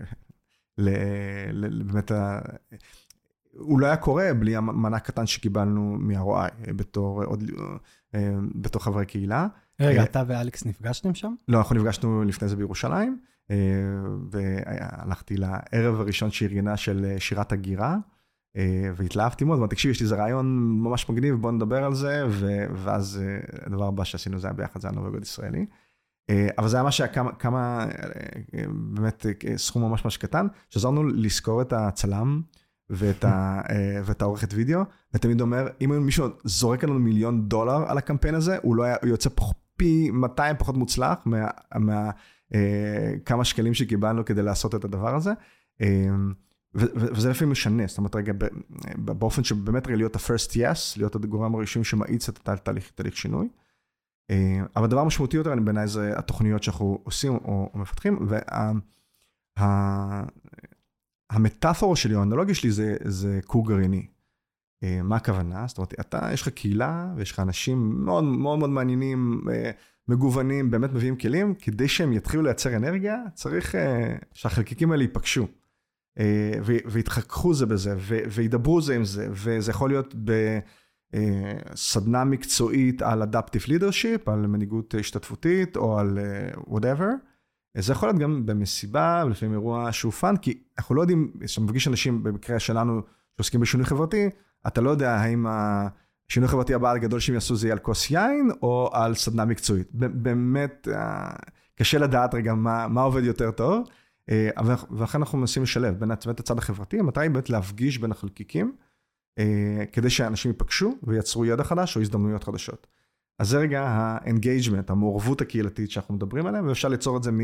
ובאמת, הוא לא היה קורה בלי המענק קטן שקיבלנו מ-אר או איי בתור, בתור חברי קהילה. רגע, אתה ואלכס נפגשתם שם? לא, אנחנו נפגשנו לפני זה בירושלים, והלכתי לערב הראשון שארגנה של שירת הגירה, והתלהבתי מאוד, ואמרתי, תקשיב, יש לי איזה רעיון ממש מגניב, בוא נדבר על זה, ואז הדבר הבא שעשינו זה היה ביחד, זה היה נובי גוד ישראלי. אבל זה היה מה שהיה כמה, באמת סכום ממש ממש קטן, שעזרנו לזכור את הצלם, ואת העורכת וידאו, ותמיד אומר, אם מישהו זורק לנו מיליון דולר על הקמפיין הזה, הוא לא היה, הוא יוצא פי מאתיים פחות מוצלח, מה כמה שקלים שקיבלנו כדי לעשות את הדבר הזה. וזה לפעמים משנה, זאת אומרת רגע, באופן שבאמת רגע להיות ה-first yes, להיות הגורם הראשון שמאיץ את התהליך, תהליך שינוי. אבל הדבר המשמעותי יותר, בעיניי, זה התוכניות שאנחנו עושים או מפתחים, והמטאפורה שלי, או האנלוגיה שלי, זה כור גרעיני. מה הכוונה? זאת אומרת, אתה, יש לך קהילה, ויש לך אנשים מאוד מאוד מאוד מעניינים, מגוונים, באמת מביאים כלים, כדי שהם יתחילו לייצר אנרגיה, צריך שהחלקיקים האלה ייפגשו. והתחככו זה בזה, וידברו זה עם זה, וזה יכול להיות בסדנה מקצועית על adaptive leadership, על מנהיגות השתתפותית, או על whatever. זה יכול להיות גם במסיבה, ולפעמים אירוע שהוא פן, כי אנחנו לא יודעים, כשמפגיש אנשים במקרה שלנו, שעוסקים בשינוי חברתי, אתה לא יודע האם השינוי חברתי הבא הגדול שהם יעשו זה יהיה על כוס יין, או על סדנה מקצועית. באמת, קשה לדעת רגע מה, מה עובד יותר טוב, ולכן אנחנו מנסים לשלב בין הצוות הצד החברתי, המטרה היא באמת להפגיש בין החלקיקים, כדי שאנשים ייפגשו וייצרו ידע חדש או הזדמנויות חדשות. אז זה רגע ה-engagement, המעורבות הקהילתית שאנחנו מדברים עליה, ואפשר ליצור את זה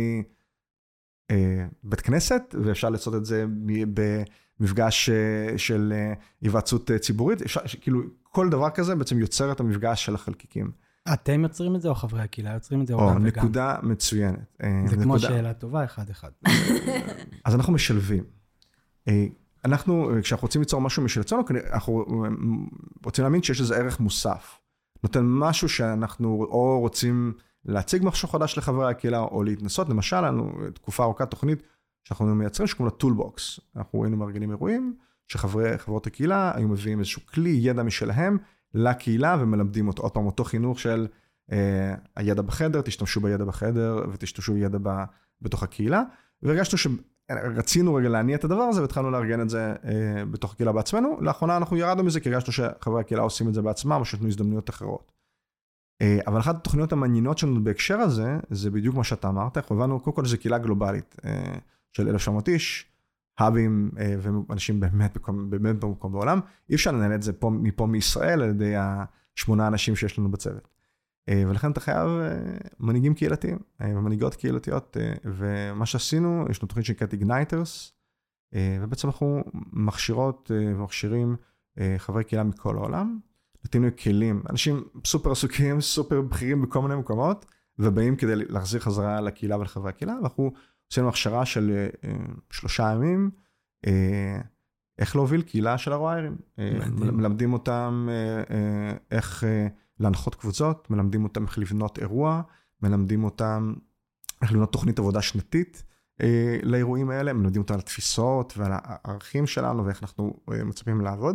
מבית כנסת, ואפשר ליצור את זה במפגש של היוועצות ציבורית, אפשר, כאילו כל דבר כזה בעצם יוצר את המפגש של החלקיקים. אתם יוצרים את זה או חברי הקהילה יוצרים את זה? או, נקודה מצוינת. זה כמו שאלה טובה, אחד אחד. אז אנחנו משלבים. אנחנו, כשאנחנו רוצים ליצור משהו משל עצמנו, אנחנו רוצים להאמין שיש איזה ערך מוסף. נותן משהו שאנחנו או רוצים להציג משהו חדש לחברי הקהילה, או להתנסות. למשל, לנו תקופה ארוכה תוכנית שאנחנו מייצרים, שקוראים לה טולבוקס. אנחנו היינו מארגנים אירועים, שחברי, חברות הקהילה היו מביאים איזשהו כלי ידע משלהם, לקהילה ומלמדים אותו. עוד פעם, אותו חינוך של אה, הידע בחדר, תשתמשו בידע בחדר, ותשתמשו בידע ב, בתוך הקהילה. והרגשנו שרצינו רגע להניע את הדבר הזה, והתחלנו לארגן את זה אה, בתוך הקהילה בעצמנו. לאחרונה אנחנו ירדנו מזה, כי הרגשנו שחברי הקהילה עושים את זה בעצמם, או שיתנו הזדמנויות אחרות. אה, אבל אחת התוכניות המעניינות שלנו בהקשר הזה, זה בדיוק מה שאתה אמרת. אנחנו הבנו, קודם כל, שזו קהילה גלובלית אה, של אלף ושבע מאות איש, האבים ואנשים באמת, באמת במקום בעולם. אי אפשר לנהל את זה פה, מפה מישראל, על ידי השמונה אנשים שיש לנו בצוות. ולכן אתה חייב מנהיגים קהילתיים, ומנהיגות קהילתיות, ומה שעשינו, יש לנו תוכנית שנקראת Igniters, ובעצם אנחנו מכשירות ומכשירים חברי קהילה מכל העולם, נותנים לנו כלים, אנשים סופר עסוקים, סופר בכירים בכל מיני מקומות, ובאים כדי להחזיר חזרה לקהילה ולחברי הקהילה, ואנחנו עשינו הכשרה של שלושה ימים, איך להוביל קהילה של אר או איי-רים. מלמדים אותם איך להנחות קבוצות, מלמדים אותם איך לבנות אירוע, מלמדים אותם איך לבנות תוכנית עבודה שנתית, לאירועים האלה, הם לומדים אותם על התפיסות ועל הערכים שלנו ואיך אנחנו מצפים לעבוד,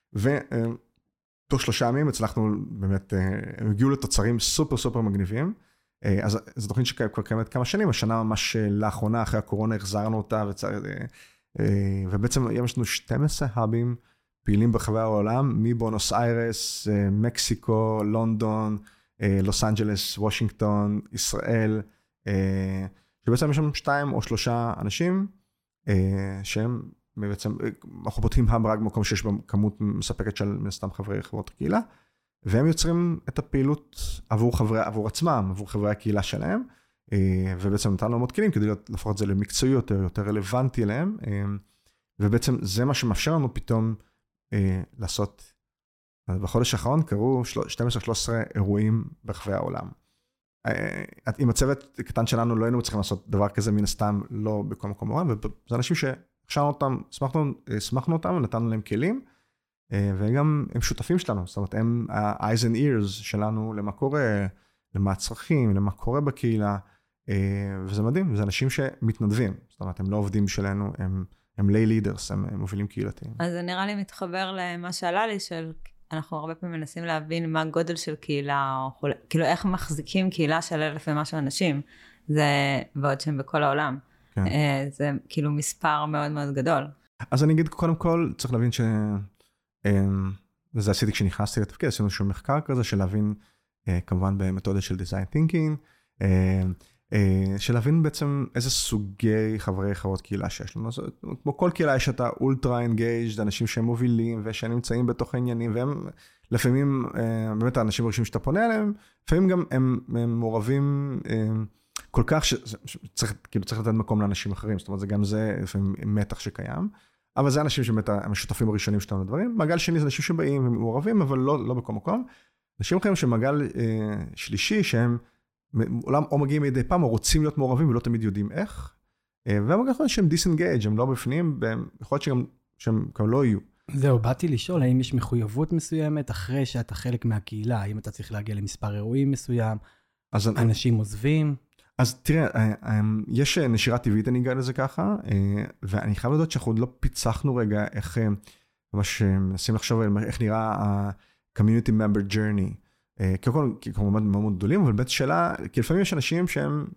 ותוך שלושה ימים הצלחנו באמת, הם הגיעו לתוצרים סופר סופר מגניבים, אז זו תוכנית שכבר קיימת כמה שנים, השנה ממש לאחרונה אחרי הקורונה החזרנו אותה, ובעצם יש לנו שנים עשר האבים פעילים ברחבי העולם, מבונוס איירס, מקסיקו, לונדון, לוס אנג'לס, וושינגטון, ישראל, שבעצם יש שם שתיים או שלושה אנשים, שהם בעצם, אנחנו פותחים האב רק במקום שיש בו כמות מספקת של מן הסתם חברי חברות הקהילה, והם יוצרים את הפעילות עבור חברי, עבור עצמם, עבור חברי הקהילה שלהם, ובעצם נתנו מאוד כלים כדי להפוך את זה למקצועי יותר, יותר רלוונטי אליהם, ובעצם זה מה שמאפשר לנו פתאום לעשות, בחודש האחרון קרו שתים עשרה שלוש עשרה אירועים ברחבי העולם. עם הצוות הקטן שלנו לא היינו צריכים לעשות דבר כזה מן הסתם לא בכל מקום בעולם, וזה אנשים שהכשרנו אותם, שמחנו אותם, נתנו להם כלים, וגם הם שותפים שלנו, זאת אומרת, הם ה-eyes and ears שלנו למה קורה, למה הצרכים, למה קורה בקהילה, וזה מדהים, זה אנשים שמתנדבים, זאת אומרת, הם לא עובדים שלנו, הם, הם lay leaders, הם, הם מובילים קהילתיים. אז זה נראה לי מתחבר למה שעלה לי, של אנחנו הרבה פעמים מנסים להבין מה הגודל של קהילה, או כאילו איך מחזיקים קהילה של אלף ומשהו אנשים, זה ועוד שהם בכל העולם. כן. זה כאילו מספר מאוד מאוד גדול. אז אני אגיד, קודם כל, צריך להבין ש... וזה עשיתי כשנכנסתי לתפקיד, עשינו שום מחקר כזה של להבין, כמובן במתודה של design thinking, של להבין בעצם איזה סוגי חברי חברות קהילה שיש לנו. כמו כל קהילה יש את האולטרה אנגייג'ד, אנשים שהם מובילים ושנמצאים בתוך העניינים, והם לפעמים, באמת האנשים הראשונים שאתה פונה אליהם, לפעמים גם הם, הם מעורבים כל כך שצריך, כאילו צריך לתת מקום לאנשים אחרים, זאת אומרת זה גם זה לפעמים מתח שקיים, אבל זה אנשים שבאמת המשותפים הראשונים שלנו לדברים. מעגל שני זה אנשים שבאים ומעורבים, אבל לא, לא בכל מקום. אנשים אחרים שמעגל אה, שלישי, שהם עולם או מגיעים מדי פעם, או רוצים להיות מעורבים, ולא תמיד יודעים איך. אה, והמעגל אחרי שהם דיסנגייג', הם לא בפנים, יכול להיות שגם, שהם גם לא יהיו. זהו, באתי לשאול, האם יש מחויבות מסוימת, אחרי שאתה חלק מהקהילה, האם אתה צריך להגיע למספר אירועים מסוים, אז אנשים עוזבים? אז תראה, יש נשירה טבעית, אני אגע לזה ככה, ואני חייב לדעת שאנחנו עוד לא פיצחנו רגע איך, ממש מנסים לחשוב על איך נראה ה-community member journey. כי כמובן מאוד גדולים, אבל בית שאלה, כי לפעמים יש אנשים שהם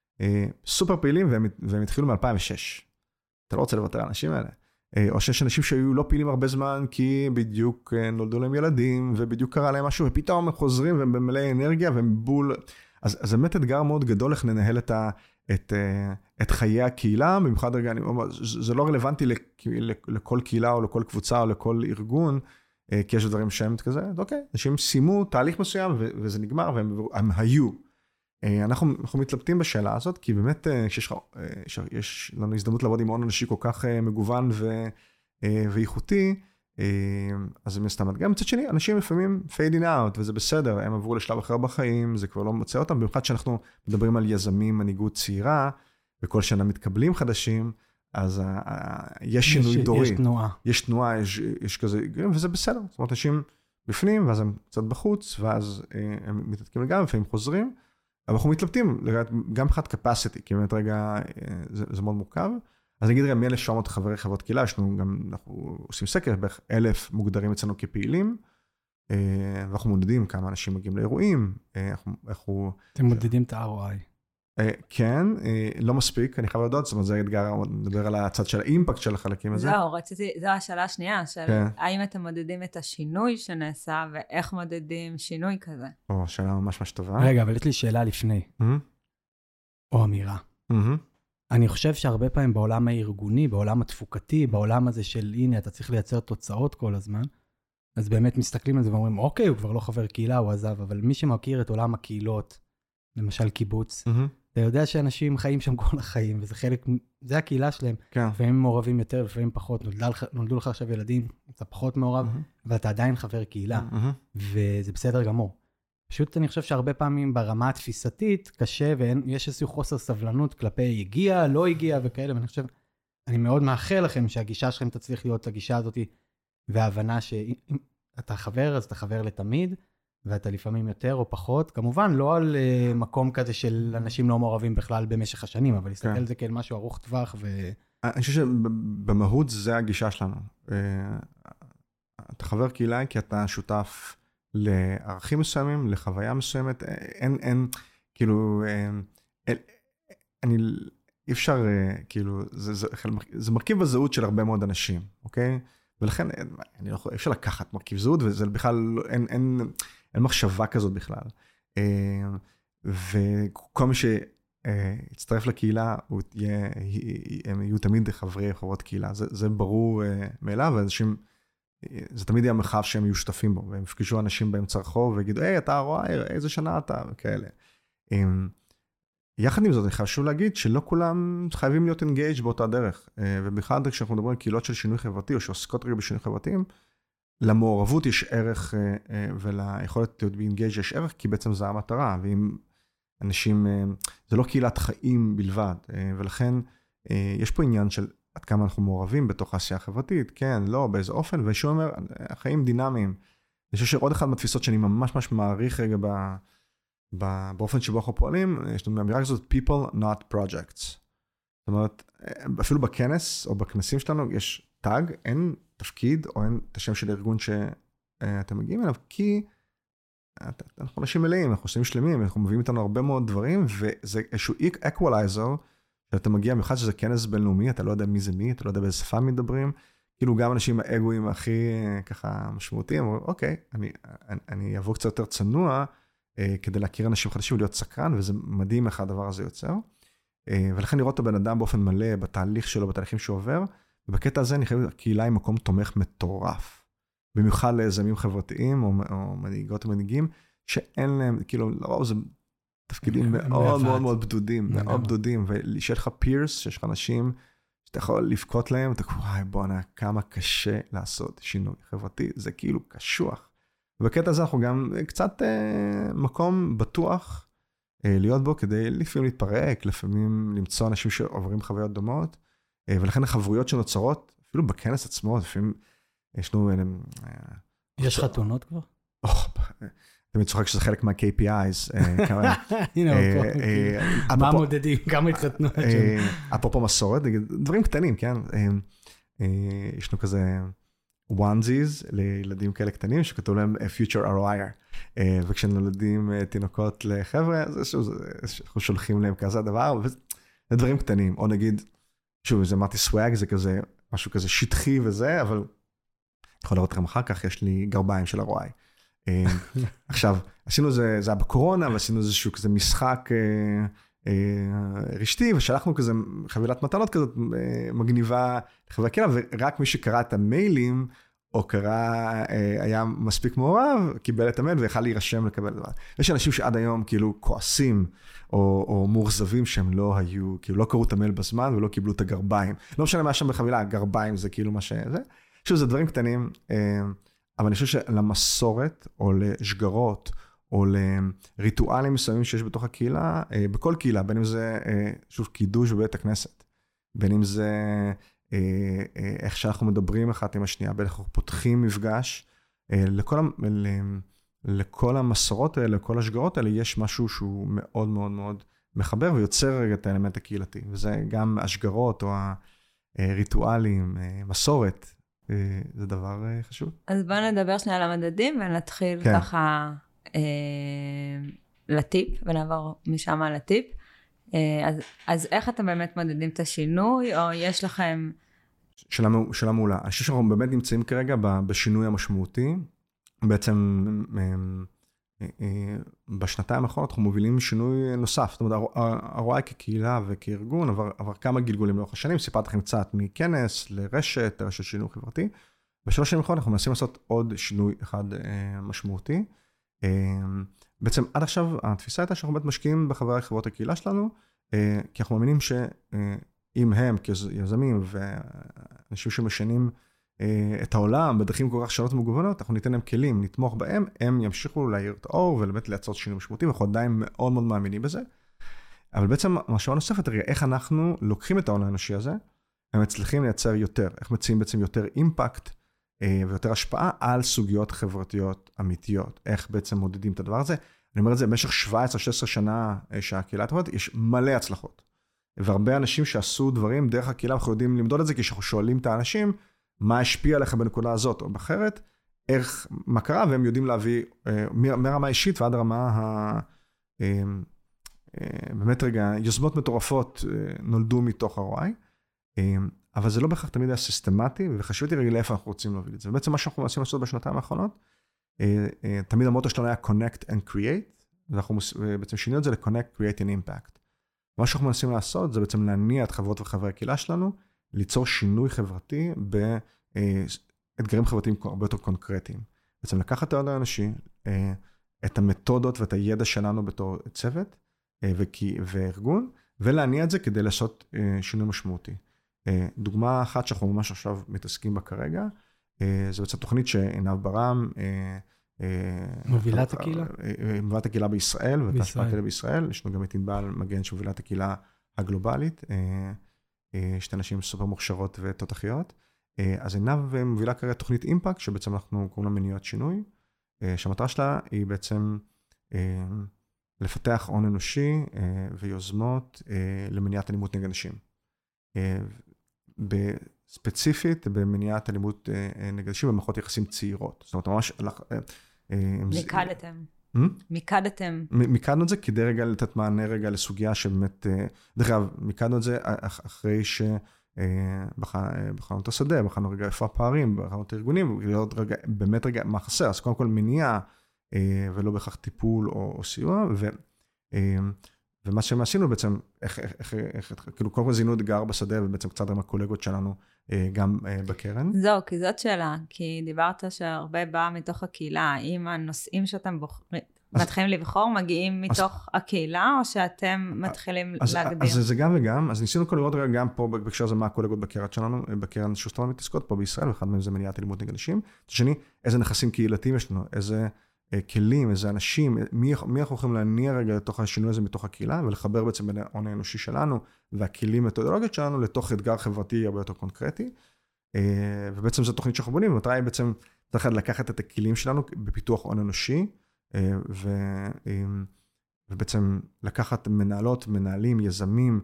סופר פעילים, והם התחילו מ-אלפיים ושש. אתה לא רוצה לוותר על האנשים האלה. או שיש אנשים שהיו לא פעילים הרבה זמן, כי בדיוק נולדו להם ילדים, ובדיוק קרה להם משהו, ופתאום הם חוזרים, והם במלא אנרגיה, והם בול... אז זה באמת אתגר מאוד גדול איך לנהל את, ה, את, את חיי הקהילה, במיוחד רגע, אני אומר, זה לא רלוונטי לכל קהילה או לכל קבוצה או לכל ארגון, כי יש דברים שהם כזה, אוקיי, אנשים סיימו תהליך מסוים וזה נגמר והם הם היו. אנחנו, אנחנו מתלבטים בשאלה הזאת, כי באמת שיש, יש לנו הזדמנות לעבוד עם עוד אנשים כל כך מגוון ו, ואיכותי, אז זה מסתם, גם מצד שני, אנשים לפעמים fading out, וזה בסדר, הם עברו לשלב אחר בחיים, זה כבר לא מוצא אותם, במיוחד שאנחנו מדברים על יזמים, מנהיגות צעירה, וכל שנה מתקבלים חדשים, אז יש שינוי יש, דורי. יש תנועה. יש תנועה, יש, יש כזה, וזה בסדר, זאת אומרת, אנשים בפנים, ואז הם קצת בחוץ, ואז הם מתעדקים לגמרי, לפעמים חוזרים, אבל אנחנו מתלבטים, גם מבחינת capacity, כי באמת רגע, זה, זה מאוד מורכב, אז נגיד גם מאה שבע מאות חברי חברות קהילה, יש לנו גם, אנחנו עושים סקר, בערך אלף מוגדרים אצלנו כפעילים, ואנחנו מודדים כמה אנשים מגיעים לאירועים, אנחנו... אתם מודדים את ה-אר או איי. כן, לא מספיק, אני חייב לדעת, זאת אומרת, זה אתגר, נדבר על הצד של האימפקט של החלקים הזה. זהו, רציתי, זו השאלה השנייה, של האם אתם מודדים את השינוי שנעשה, ואיך מודדים שינוי כזה? או, שאלה ממש ממש טובה. רגע, אבל יש לי שאלה לפני. או אמירה. אני חושב שהרבה פעמים בעולם הארגוני, בעולם התפוקתי, בעולם הזה של הנה, אתה צריך לייצר תוצאות כל הזמן, אז באמת מסתכלים על זה ואומרים, אוקיי, הוא כבר לא חבר קהילה, הוא עזב, אבל מי שמכיר את עולם הקהילות, למשל קיבוץ, mm-hmm. אתה יודע שאנשים חיים שם כל החיים, וזה חלק, זה הקהילה שלהם, כן. לפעמים מעורבים יותר, לפעמים פחות, נולדו לך, נולדו לך עכשיו ילדים, אתה פחות מעורב, mm-hmm. ואתה עדיין חבר קהילה, mm-hmm. וזה בסדר גמור. פשוט אני חושב שהרבה פעמים ברמה התפיסתית קשה, ויש איזשהו חוסר סבלנות כלפי הגיע, לא הגיע וכאלה, ואני חושב, אני מאוד מאחל לכם שהגישה שלכם תצליח להיות הגישה הזאת, וההבנה שאם אתה חבר, אז אתה חבר לתמיד, ואתה לפעמים יותר או פחות, כמובן לא על uh, מקום כזה של אנשים לא מעורבים בכלל במשך השנים, אבל להסתכל על זה כאל משהו ארוך טווח ו... אני חושב שבמהות זה הגישה שלנו. אתה חבר קהילה כי אתה שותף לערכים מסוימים, לחוויה מסוימת, אין, אין, כאילו, אין, אני, אי אפשר, כאילו, זה, זה, זה מרכיב בזהות של הרבה מאוד אנשים, אוקיי? ולכן, אני לא יכול, אי אפשר לקחת מרכיב זהות, וזה בכלל, אין, אין, אין מחשבה כזאת בכלל. וכל מי שיצטרף לקהילה, הם יהיו תמיד חברי וחברות קהילה. זה, זה ברור מאליו, ואנשים, זה תמיד יהיה מרחב שהם יהיו שותפים בו, והם יפגשו אנשים באמצע הרחוב, ויגידו, היי, אתה רואה, איזה שנה אתה, וכאלה. יחד עם זאת, אני חשוב להגיד שלא כולם חייבים להיות engaged באותה דרך, ובכלל כשאנחנו מדברים על קהילות של שינוי חברתי, או שעוסקות רגע בשינוי חברתיים, למעורבות יש ערך, וליכולת להיות ב-engaged יש ערך, כי בעצם זה המטרה, ואם אנשים, זה לא קהילת חיים בלבד, ולכן יש פה עניין של עד כמה אנחנו מעורבים בתוך העשייה החברתית, כן, לא, באיזה אופן, ושהוא אומר, החיים דינמיים. אני חושב שעוד אחד מהתפיסות שאני ממש ממש מעריך רגע ב, ב, באופן שבו אנחנו פועלים, יש לנו מהאמירה כזאת, people not projects. זאת אומרת, אפילו בכנס או בכנסים שלנו יש טאג, אין תפקיד או אין את השם של הארגון שאתם מגיעים אליו, כי אנחנו אנשים מלאים, אנחנו אנשים שלמים, אנחנו מביאים איתנו הרבה מאוד דברים, וזה איזשהו equalizer, שאתה מגיע, במיוחד שזה כנס בינלאומי, אתה לא יודע מי זה מי, אתה לא יודע באיזה שפה מדברים, כאילו גם אנשים האגואים הכי ככה משמעותיים, אומרים, אוקיי, אני, אני, אני אבוא קצת יותר צנוע, אה, כדי להכיר אנשים חדשים ולהיות סקרן, וזה מדהים איך הדבר הזה יוצר. אה, ולכן לראות את הבן אדם באופן מלא, בתהליך שלו, בתהליכים שהוא עובר, ובקטע הזה אני חושב, הקהילה היא מקום תומך מטורף. במיוחד ליזמים חברתיים, או, או מנהיגות ומנהיגים, שאין להם, כאילו, לרוב זה תפקידים מאוד מאוד מאוד בדודים, מאוד בדודים, ושיש לך פירס, שיש לך אנשים שאתה יכול לבכות להם, אתה אומר, וואי, בוא'נה, כמה קשה לעשות שינוי חברתי, זה כאילו קשוח. ובקטע הזה אנחנו גם קצת אה, מקום בטוח אה, להיות בו, כדי לפעמים להתפרק, לפעמים למצוא אנשים שעוברים חוויות דומות, אה, ולכן החברויות שנוצרות, אפילו בכנס עצמו, לפעמים יש לנו... אה, יש חתונות כבר? או, תמיד צוחק שזה חלק מה-קיי פי איז. מה מודדים? כמה התחתנות? אפרופו מסורת, דברים קטנים, כן? יש לנו כזה onesies לילדים כאלה קטנים, שכתוב להם future arwire, וכשנולדים תינוקות לחבר'ה, אנחנו שולחים להם כזה דבר, וזה דברים קטנים. או נגיד, שוב, זה אמרתי סוואג, זה כזה, משהו כזה שטחי וזה, אבל אני יכול לראות לכם אחר כך, יש לי גרביים של הרואי. עכשיו, עשינו זה, זה היה בקורונה, ועשינו איזשהו כזה משחק רשתי, ושלחנו כזה חבילת מתנות כזאת מגניבה לחברי הקהילה, ורק מי שקרא את המיילים, או קרא, היה מספיק מעורב, קיבל את המייל, ויכל להירשם לקבל את דבר. יש אנשים שעד היום כאילו כועסים, או, או מורזבים שהם לא היו, כאילו לא קראו את המייל בזמן, ולא קיבלו את הגרביים. לא משנה מה שם בחבילה, הגרביים זה כאילו מה שזה. שוב, זה דברים קטנים, אבל אני חושב שלמסורת, או לשגרות, או לריטואלים מסוימים שיש בתוך הקהילה, בכל קהילה, בין אם זה, שוב, קידוש בבית הכנסת, בין אם זה איך שאנחנו מדברים אחת עם השנייה, בין אנחנו פותחים מפגש, לכל, לכל המסורות האלה, לכל השגרות האלה, יש משהו שהוא מאוד מאוד מאוד מחבר, ויוצר רגע את האלמנט הקהילתי, וזה גם השגרות, או הריטואלים, מסורת, זה דבר חשוב. אז בואו נדבר שנייה על המדדים, ונתחיל כן. ככה אה, לטיפ, ונעבור משם לטיפ. אה, אז, אז איך אתם באמת מדדים את השינוי, או יש לכם... שאלה, שאלה מעולה. אני חושב שאנחנו באמת נמצאים כרגע בשינוי המשמעותי. בעצם אה, אה, בשנתיים האחרונות אנחנו מובילים שינוי נוסף. זאת אומרת, הרואי כקהילה וכארגון, עבר, עבר כמה גלגולים לאורך השנים, סיפרתי לכם קצת מכנס לרשת, רשת שינוי חברתי. בשלוש שנים האחרונות אנחנו מנסים לעשות עוד שינוי אחד אה, משמעותי. אה, בעצם עד עכשיו התפיסה הייתה שאנחנו באמת משקיעים בחברי חברות הקהילה שלנו, אה, כי אנחנו מאמינים שאם הם כיזמים ואנשים שמשנים אה, את העולם בדרכים כל כך שונות ומגוונות, אנחנו ניתן להם כלים, נתמוך בהם, הם ימשיכו להעיר את האור ובאמת לייצר שינוי משמעותי, ואנחנו עדיין מאוד מאוד מאמינים בזה. אבל בעצם משהו נוספת, רגע, איך אנחנו לוקחים את העולם האנושי הזה, הם מצליחים לייצר יותר, איך מציעים בעצם יותר אימפקט, ויותר השפעה על סוגיות חברתיות אמיתיות, איך בעצם מודדים את הדבר הזה. אני אומר את זה, במשך שבע עשרה שש עשרה שנה שהקהילה תורמת, יש מלא הצלחות. והרבה אנשים שעשו דברים דרך הקהילה, אנחנו יודעים למדוד את זה, כי אנחנו שואלים את האנשים, מה השפיע עליך בנקודה הזאת או באחרת, איך, מה קרה, והם יודעים להביא, מרמה אישית ועד רמה ה... באמת רגע, יוזמות מטורפות נולדו מתוך ה-אר או איי, אבל זה לא בכך תמיד היה סיסטמטי, וחשוב אותי רגע לאיפה אנחנו רוצים להוביל את זה. ובעצם מה שאנחנו מנסים לעשות בשנתיים האחרונות, תמיד המוטו שלנו היה Connect and Create, ואנחנו בעצם שינינו את זה ל-Connect, Create and Impact. מה שאנחנו מנסים לעשות זה בעצם להניע את חברות וחברי הקהילה שלנו, ליצור שינוי חברתי באתגרים חברתיים הרבה יותר קונקרטיים. בעצם לקחת את האנושי, את המתודות ואת הידע שלנו בתור צוות וארגון, ולהניע את זה כדי לעשות שינוי משמעותי. דוגמה אחת שאנחנו ממש עכשיו מתעסקים בה כרגע, זה בעצם תוכנית שעינב ברם, מובילת הקהילה? מובילת הקהילה בישראל, ותשפ"א הקהילה בישראל, יש לנו גם את ענבל מגן שמובילת הקהילה הגלובלית, שתי נשים סופר מוכשרות ותותחיות, אז עינב מובילה כרגע תוכנית אימפקט, שבעצם אנחנו קוראים לה מניעת שינוי, שהמטרה שלה היא בעצם לפתח הון אנושי ויוזמות למניעת אלימות נגד נשים. ספציפית במניעת אלימות נגד נשים במערכות יחסים צעירות. זאת אומרת, ממש... מיקדתם. מיקדתם. מיקדנו את זה כדי רגע לתת מענה רגע לסוגיה שבאמת... דרך אגב, מיקדנו את זה אחרי שבחנו את השדה, בחנו רגע איפה הפערים, בחנו את הארגונים, ולראות רגע, באמת רגע מה חסר. אז קודם כל מניעה, ולא בכך טיפול או סיוע, ו... ומה שעשינו בעצם, איך, איך, איך, כאילו, קודם כל זינו אתגר בשדה, ובעצם קצת עם הקולגות שלנו גם בקרן. זהו, כי זאת שאלה, כי דיברת שהרבה בא מתוך הקהילה, האם הנושאים שאתם בוחרים, מתחילים לבחור, מגיעים מתוך הקהילה, או שאתם מתחילים להגדיר? אז זה גם וגם, אז ניסינו כל לראות גם פה, בהקשר הזה, מה הקולגות בקרן שלנו, בקרן שוסטרמן מתעסקות פה בישראל, ואחד מהם זה מניעת אלימות נגד נשים. השני, איזה נכסים קהילתיים יש לנו, איזה כלים, איזה אנשים, מי, מי אנחנו יכולים להניע רגע לתוך השינוי הזה מתוך הקהילה, ולחבר בעצם בין ההון האנושי שלנו, והכלים מתודולוגיות שלנו, לתוך אתגר חברתי הרבה יותר קונקרטי. ובעצם זו תוכנית שאנחנו בונים, ומטרה היא בעצם צריך לקחת את הכלים שלנו בפיתוח הון אנושי, ו, ובעצם לקחת מנהלות, מנהלים, יזמים,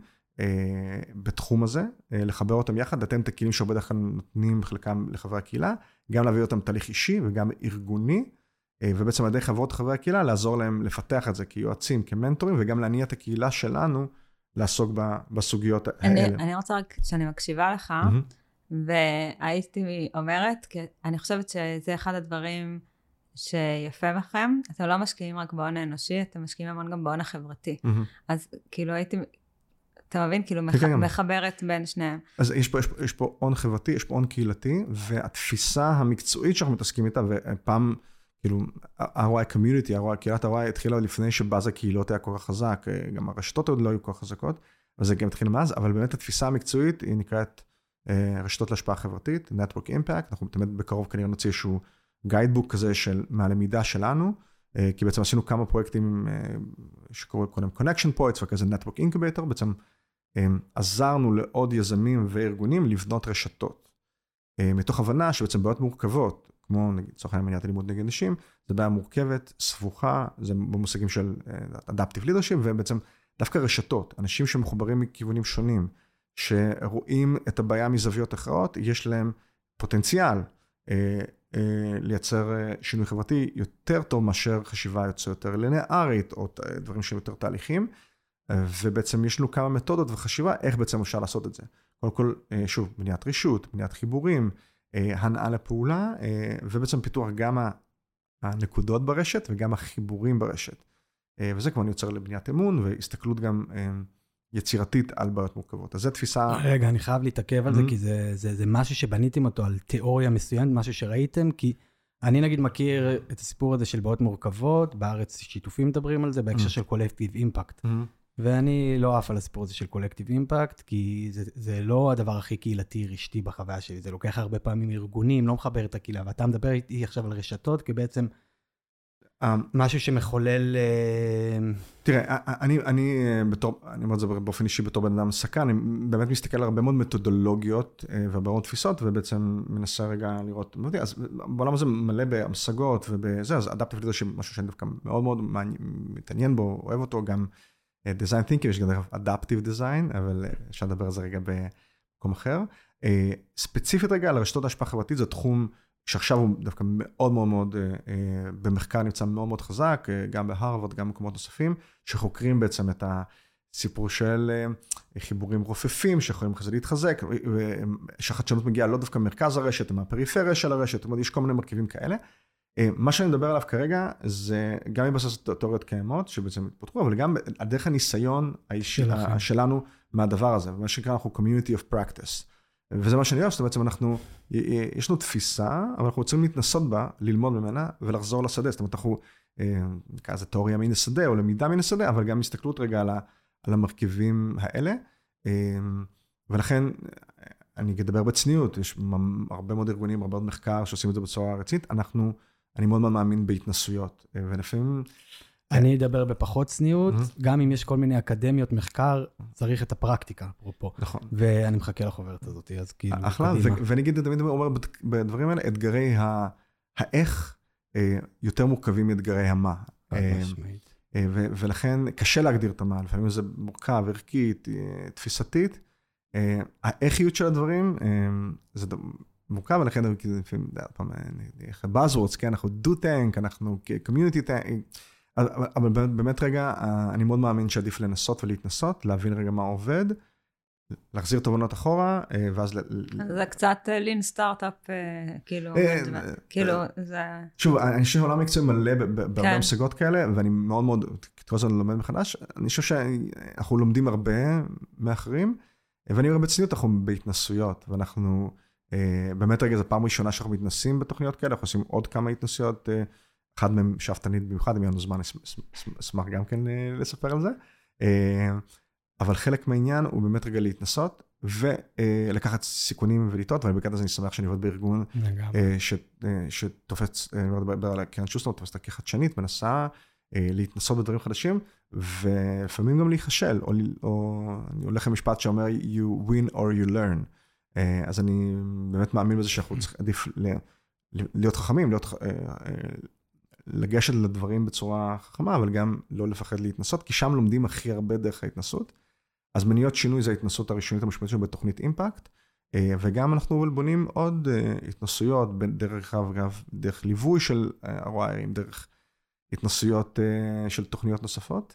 בתחום הזה, לחבר אותם יחד, לתת את הכלים שהרבה דרך כלל נותנים חלקם לחברי הקהילה, גם להביא אותם תהליך אישי וגם ארגוני, ובעצם על ידי חברות חברי הקהילה, לעזור להם לפתח את זה כיועצים, כמנטורים, וגם להניע את הקהילה שלנו, לעסוק בסוגיות אני, האלה. אני רוצה רק שאני מקשיבה לך, mm-hmm. והייתי אומרת, כי אני חושבת שזה אחד הדברים שיפה בכם, אתם לא משקיעים רק בהון האנושי, אתם משקיעים המון גם בהון החברתי. Mm-hmm. אז כאילו הייתי, אתה מבין? כאילו מח, מחברת בין שניהם. אז יש פה, יש, יש פה הון חברתי, יש פה הון קהילתי, והתפיסה המקצועית שאנחנו מתעסקים איתה, ופעם, כאילו, ה-אר או איי Community, ה-אר או איי, קהילת ה-אר או איי התחילה לפני שבאז הקהילות היה כל כך חזק, גם הרשתות עוד לא היו כל כך חזקות, אז זה גם התחיל מאז, אבל באמת התפיסה המקצועית היא נקראת רשתות להשפעה חברתית, Network Impact, אנחנו באמת בקרוב כנראה נוציא איזשהו גיידבוק כזה של, מהלמידה שלנו, כי בעצם עשינו כמה פרויקטים שקוראים קודם Connection Points וכזה Network Incubator, בעצם עזרנו לעוד יזמים וארגונים לבנות רשתות, מתוך הבנה שבעצם בעיות מורכבות, כמו נגיד, צורך העניין מניעת אלימות נגד נשים, זה בעיה מורכבת, סבוכה, זה במושגים של Adaptive Leadership, ובעצם דווקא רשתות, אנשים שמחוברים מכיוונים שונים, שרואים את הבעיה מזוויות אחרות, יש להם פוטנציאל אה, אה, לייצר שינוי חברתי יותר טוב מאשר חשיבה יוצא יותר לינארית, או דברים שהם יותר תהליכים, ובעצם יש לנו כמה מתודות וחשיבה, איך בעצם אפשר לעשות את זה. קודם כל, שוב, בניית רישות, בניית חיבורים, הנעה לפעולה, ובעצם פיתוח גם הנקודות ברשת וגם החיבורים ברשת. וזה כבר יוצר לבניית אמון, והסתכלות גם יצירתית על בעיות מורכבות. אז זו תפיסה... רגע, אני חייב להתעכב על זה, כי זה, זה, זה משהו שבניתם אותו על תיאוריה מסוימת, משהו שראיתם, כי אני נגיד מכיר את הסיפור הזה של בעיות מורכבות, בארץ שיתופים מדברים על זה, בהקשר של קולקטיב אימפקט. ואני לא עף על הסיפור הזה של קולקטיב אימפקט, כי זה, זה לא הדבר הכי קהילתי רשתי בחוויה שלי, זה לוקח הרבה פעמים ארגונים, לא מחבר את הקהילה, ואתה מדבר איתי עכשיו על רשתות, כי בעצם משהו שמחולל... תראה, אני, אני, בתור, אני אומר את זה באופן אישי בתור בן אדם סקרן, אני באמת מסתכל על הרבה מאוד מתודולוגיות והרבה מאוד תפיסות, ובעצם מנסה רגע לראות, לא יודע, אז בעולם הזה מלא בהמשגות ובזה, אז אדפטיב לידרשיפ, משהו שאני דווקא מאוד מאוד מתעניין בו, אוהב אותו, גם דיזיין תינקר, יש גם אדפטיב דיזיין, אבל אפשר לדבר על זה רגע במקום אחר. ספציפית רגע על הרשתות ההשפעה חברתית, זה תחום שעכשיו הוא דווקא מאוד מאוד מאוד, במחקר נמצא מאוד מאוד חזק, גם בהרווארד, גם במקומות נוספים, שחוקרים בעצם את הסיפור של חיבורים רופפים, שיכולים אחרי זה להתחזק, שהחדשנות מגיעה לא דווקא ממרכז הרשת, מהפריפריה של הרשת, זאת אומרת, יש כל מיני מרכיבים כאלה. מה שאני מדבר עליו כרגע, זה גם מבסס תיאוריות קיימות, שבעצם התפתחו, אבל גם הדרך הניסיון האישי שלנו מהדבר הזה, ומה שנקרא אנחנו community of practice. וזה מה שאני אוהב, זאת אומרת, אנחנו, יש לנו תפיסה, אבל אנחנו רוצים להתנסות בה, ללמוד ממנה ולחזור לשדה. זאת אומרת, אנחנו, נקרא לזה תיאוריה מן השדה או למידה מן השדה, אבל גם הסתכלות רגע על, על המרכיבים האלה. ולכן, אני אדבר בצניעות, יש הרבה מאוד ארגונים, הרבה מאוד מחקר שעושים את זה בצורה רצינית. אנחנו, אני מאוד מאוד מאמין בהתנסויות, ולפעמים... אני אדבר בפחות צניעות, גם אם יש כל מיני אקדמיות, מחקר, צריך את הפרקטיקה, אפרופו. נכון. ואני מחכה לחוברת הזאת, אז כאילו... אחלה, ואני אגיד, תמיד אומר, בדברים האלה, אתגרי האיך יותר מורכבים מאתגרי המה. ולכן קשה להגדיר את המה, לפעמים זה מורכב, ערכית, תפיסתית. האיכיות של הדברים, זה מורכב, ולכן לפעמים, פעם, buzzwords, כן, אנחנו do tank, אנחנו community tank, אבל באמת רגע, אני מאוד מאמין שעדיף לנסות ולהתנסות, להבין רגע מה עובד, להחזיר תובנות אחורה, ואז... זה קצת לין סטארט-אפ, כאילו, כאילו, זה... שוב, אני חושב שעולם מקצועי מלא בהרבה המשגות כאלה, ואני מאוד מאוד, כתוב זה לומד מחדש, אני חושב שאנחנו לומדים הרבה מאחרים, ואני אומר בצניעות, אנחנו בהתנסויות, ואנחנו, באמת רגע, זו פעם ראשונה שאנחנו מתנסים בתוכניות כאלה, אנחנו עושים עוד כמה התנסויות, אחד מהם שאפתנית במיוחד, אם יהיה לנו זמן, אשמח גם כן לספר על זה. אבל חלק מהעניין הוא באמת רגע להתנסות, ולקחת סיכונים ולטעות, ואני בקטע הזה אני שמח שאני עובד בארגון, שתופץ, אני מדבר על קרן שוסטר, תופץ אותה כחדשנית, מנסה להתנסות בדברים חדשים, ולפעמים גם להיחשל, או אני הולך למשפט שאומר, you win or you learn. אז אני באמת מאמין בזה שאנחנו צריכים עדיף להיות חכמים, להיות... לגשת לדברים בצורה חכמה, אבל גם לא לפחד להתנסות, כי שם לומדים הכי הרבה דרך ההתנסות. אז מניות שינוי זה ההתנסות הראשונית המשמעותית שלנו בתוכנית אימפקט, וגם אנחנו בונים עוד התנסויות, דרך אגב, דרך ליווי של הרואיירים, דרך התנסויות של תוכניות נוספות,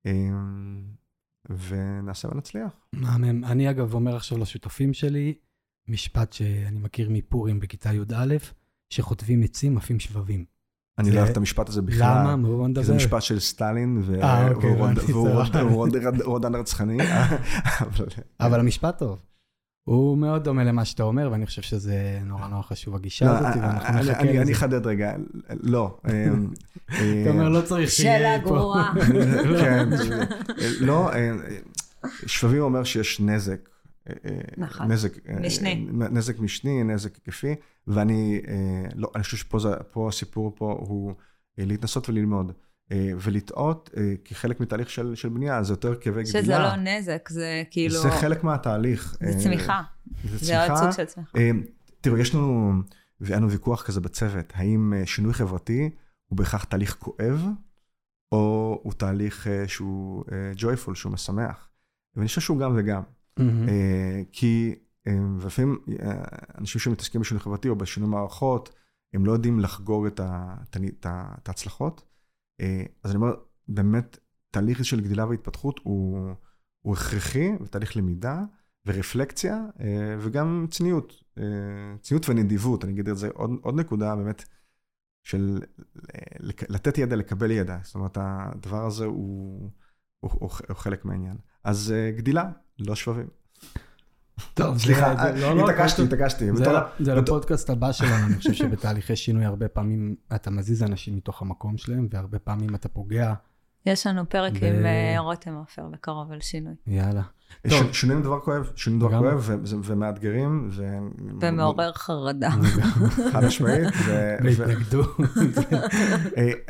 ונעשה ונצליח. מהמם. אני אגב אומר עכשיו לשותפים שלי, משפט שאני מכיר מפורים בכיתה י"א, שחוטבים עצים, עפים שבבים. אני לא אוהב את המשפט הזה בכלל. למה? בואו נדבר. כי זה משפט של סטלין, והוא רודן רצחני. אבל המשפט טוב. הוא מאוד דומה למה שאתה אומר, ואני חושב שזה נורא נורא חשוב הגישה הזאת, ואנחנו נחכה לזה. אני אחדד רגע, לא. אתה אומר, לא צריך שאלה גרועה. כן, לא, שבבים אומר שיש נזק. נזק משני, נזק משני, נזק היקפי, ואני לא, אני חושב שפה הסיפור פה הוא להתנסות וללמוד, ולטעות כחלק מתהליך של של בנייה, זה יותר כאבי גדילה. שזה לא נזק, זה כאילו... זה חלק מהתהליך. זה צמיחה. זה עוד סוג של צמיחה. תראו, יש לנו, ואין לנו ויכוח כזה בצוות, האם שינוי חברתי הוא בהכרח תהליך כואב, או הוא תהליך שהוא joyful, שהוא משמח. ואני חושב שהוא גם וגם. כי לפעמים אנשים שמתעסקים בשינוי חברתי או בשינוי מערכות, הם לא יודעים לחגוג את ההצלחות. אז אני אומר, באמת, תהליך של גדילה והתפתחות הוא הכרחי, ותהליך למידה ורפלקציה, וגם צניעות. צניעות ונדיבות, אני אגיד את זה עוד נקודה, באמת, של לתת ידע, לקבל ידע. זאת אומרת, הדבר הזה הוא חלק מהעניין. אז גדילה, לא שבבים. טוב, סליחה, התעקשתי, התעקשתי. זה לפודקאסט הבא שלנו, אני חושב שבתהליכי שינוי הרבה פעמים אתה מזיז אנשים מתוך המקום שלהם, והרבה פעמים אתה פוגע. יש לנו פרק עם רותם עופר בקרוב על שינוי. יאללה. שינוי דבר כואב, שינוי דבר כואב, ומאתגרים. ומעורר חרדה. חד משמעית. והתנגדו.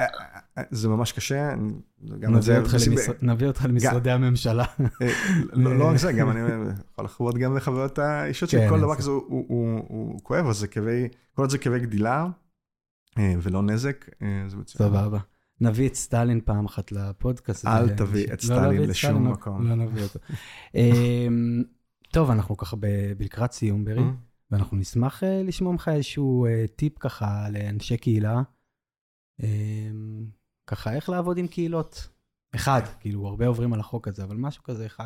זה ממש קשה. נביא אותך למשרדי הממשלה. לא רק זה, גם אני יכול לחוות גם לחוויות האישות שכל דבר כזה הוא כואב, אז כל זה כאבי גדילה ולא נזק. סבבה. נביא את סטלין פעם אחת לפודקאסט. אל תביא את סטלין לשום מקום. לא נביא אותו. טוב, אנחנו ככה בלקראת סיום, ברי, ואנחנו נשמח לשמוע ממך איזשהו טיפ ככה לאנשי קהילה, ככה איך לעבוד עם קהילות. אחד, כאילו הרבה עוברים על החוק הזה, אבל משהו כזה אחד.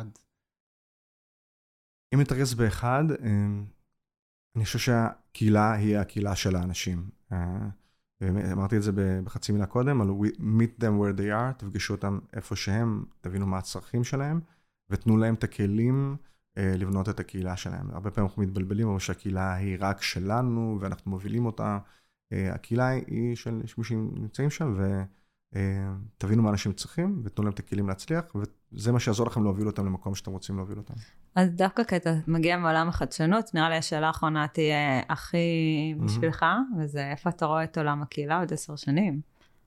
אם נתרכז באחד, אני חושב שהקהילה היא הקהילה של האנשים. אמרתי את זה בחצי מילה קודם, על meet them where they are, תפגשו אותם איפה שהם, תבינו מה הצרכים שלהם, ותנו להם את הכלים לבנות את הקהילה שלהם. הרבה פעמים אנחנו מתבלבלים, אבל שהקהילה היא רק שלנו, ואנחנו מובילים אותה. הקהילה היא של מי שנמצאים שם, ותבינו מה אנשים צריכים, ותנו להם את הכלים להצליח, וזה מה שיעזור לכם להוביל אותם למקום שאתם רוצים להוביל אותם. אז דווקא כי אתה מגיע מעולם החדשנות, נראה לי השאלה האחרונה תהיה הכי בשבילך, וזה איפה אתה רואה את עולם הקהילה עוד עשר שנים?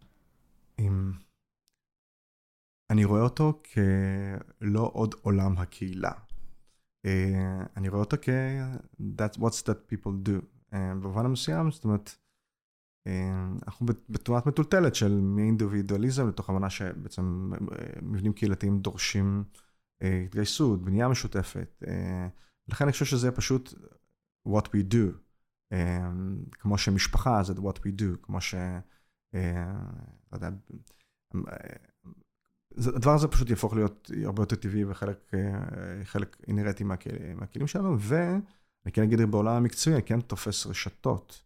אני רואה אותו כלא עוד עולם הקהילה. אני רואה אותו כ- that's what's that people do. במובן המסוים, זאת אומרת, אנחנו בתנועת מטולטלת של מאינדיבידואליזם, לתוך הבנה שבעצם מבנים קהילתיים דורשים התגייסות, בנייה משותפת. לכן אני חושב שזה פשוט what we do. כמו שמשפחה זה what we do, כמו ש... לא יודע, הדבר הזה פשוט יהפוך להיות הרבה יותר טבעי וחלק אינרטי מהכלים שלנו, ואני כן אגיד בעולם המקצועי, כן תופס רשתות,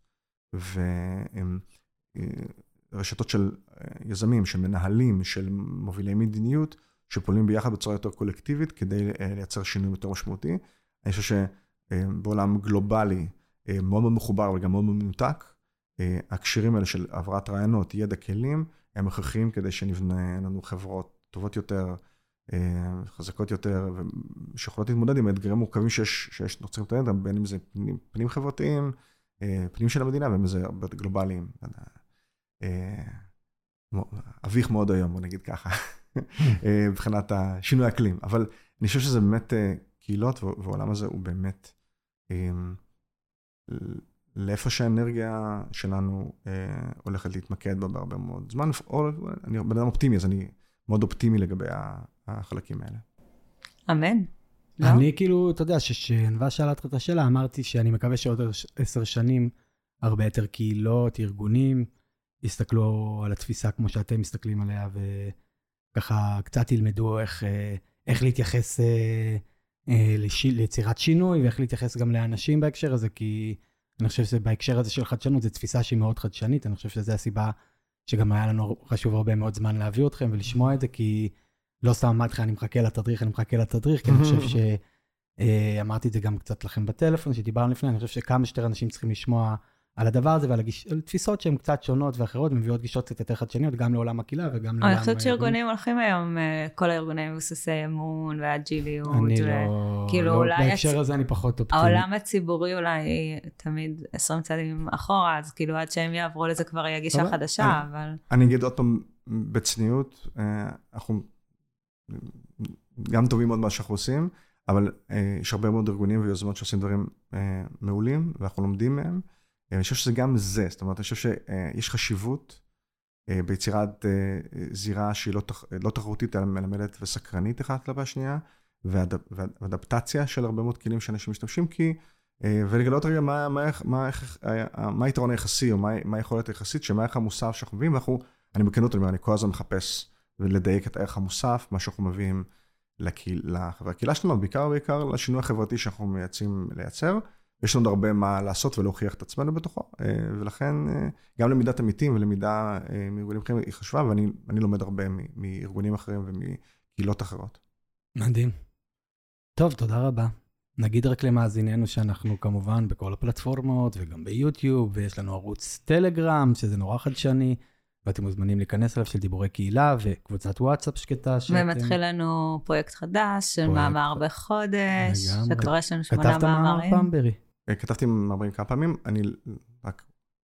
ורשתות של יזמים, של מנהלים, של מובילי מדיניות, שפועלים ביחד בצורה יותר קולקטיבית, כדי לייצר שינוי יותר משמעותי. אני חושב שבעולם גלובלי, מאוד מאוד מחובר, אבל גם מאוד מאוד מנותק, הקשרים האלה של העברת רעיונות, ידע כלים, הם הכרחיים כדי שנבנה לנו חברות טובות יותר, חזקות יותר, ושיכולות להתמודד עם האתגרים מורכבים שיש, שיש נוצרים את הידע, בין אם זה פנים, פנים חברתיים, פנים של המדינה, ובין אם זה הרבה גלובליים. אביך מאוד היום, בוא נגיד ככה, מבחינת השינוי האקלים. אבל אני חושב שזה באמת קהילות, והעולם הזה הוא באמת לאיפה שהאנרגיה שלנו הולכת להתמקד בה בהרבה מאוד זמן. אני בן אדם אופטימי, אז אני מאוד אופטימי לגבי החלקים האלה. אמן. אני כאילו, אתה יודע, כשענווה שאלה את השאלה, אמרתי שאני מקווה שעוד עשר שנים, הרבה יותר קהילות, ארגונים, יסתכלו על התפיסה כמו שאתם מסתכלים עליה, וככה קצת ילמדו איך, איך להתייחס ליצירת שינוי, ואיך להתייחס גם לאנשים בהקשר הזה, כי אני חושב שבהקשר הזה של חדשנות, זו תפיסה שהיא מאוד חדשנית, אני חושב שזו הסיבה שגם היה לנו חשוב הרבה מאוד זמן להביא אתכם ולשמוע את זה, כי לא סתם אמרתי לך, אני מחכה לתדריך, אני מחכה לתדריך, כי אני חושב שאמרתי את זה גם קצת לכם בטלפון, שדיברנו לפני, אני חושב שכמה שיותר אנשים צריכים לשמוע על הדבר הזה, ועל תפיסות שהן קצת שונות ואחרות, מביאות גישות קצת יותר חדשניות, גם לעולם הקהילה וגם לעולם... אני חושבת שארגונים הולכים היום, כל הארגונים מבוססי אמון ואג'יליות. אני לא... בהקשר הזה אני פחות אופטימי. העולם הציבורי אולי תמיד עשרים צעדים אחורה, אז כאילו עד שהם יעברו לזה כבר יהיה גישה חדשה, אבל... אני אגיד עוד פעם בצניעות, אנחנו גם טובים מאוד מה שאנחנו עושים, אבל יש הרבה מאוד ארגונים ויוזמות שעושים דברים מעולים, ואנחנו לומדים מהם. אני חושב שזה גם זה, זאת אומרת, אני חושב שיש חשיבות ביצירת זירה שהיא לא תחרותית, אלא מלמדת וסקרנית אחת כלפי השנייה, ואדפטציה של הרבה מאוד כלים שאנשים משתמשים, כי, ולגלות רגע מה, מה, מה, מה היתרון היחסי, או מה היכולת היחסית, שמה הערך המוסף שאנחנו מביאים, ואנחנו, אני בכנות, אני כל הזמן מחפש ולדייק את הערך המוסף, מה שאנחנו מביאים לחברה הקהילה שלנו, בעיקר בעיקר לשינוי החברתי שאנחנו מייצאים לייצר, יש לנו הרבה מה לעשות ולהוכיח את עצמנו בתוכו, ולכן גם למידת עמיתים ולמידה מארגונים אחרים היא חשובה, ואני לומד הרבה מארגונים אחרים ומקהילות אחרות. מדהים. טוב, תודה רבה. נגיד רק למאזיננו שאנחנו כמובן בכל הפלטפורמות וגם ביוטיוב, ויש לנו ערוץ טלגרם, שזה נורא חדשני, ואתם מוזמנים להיכנס אליו של דיבורי קהילה, וקבוצת וואטסאפ שקטה. ומתחיל לנו פרויקט חדש של מאמר בחודש, שכבר יש לנו שמונה מאמרים. כתבת מאמר פעם, ברי? כתבתי מאמרים כמה פעמים, אני רק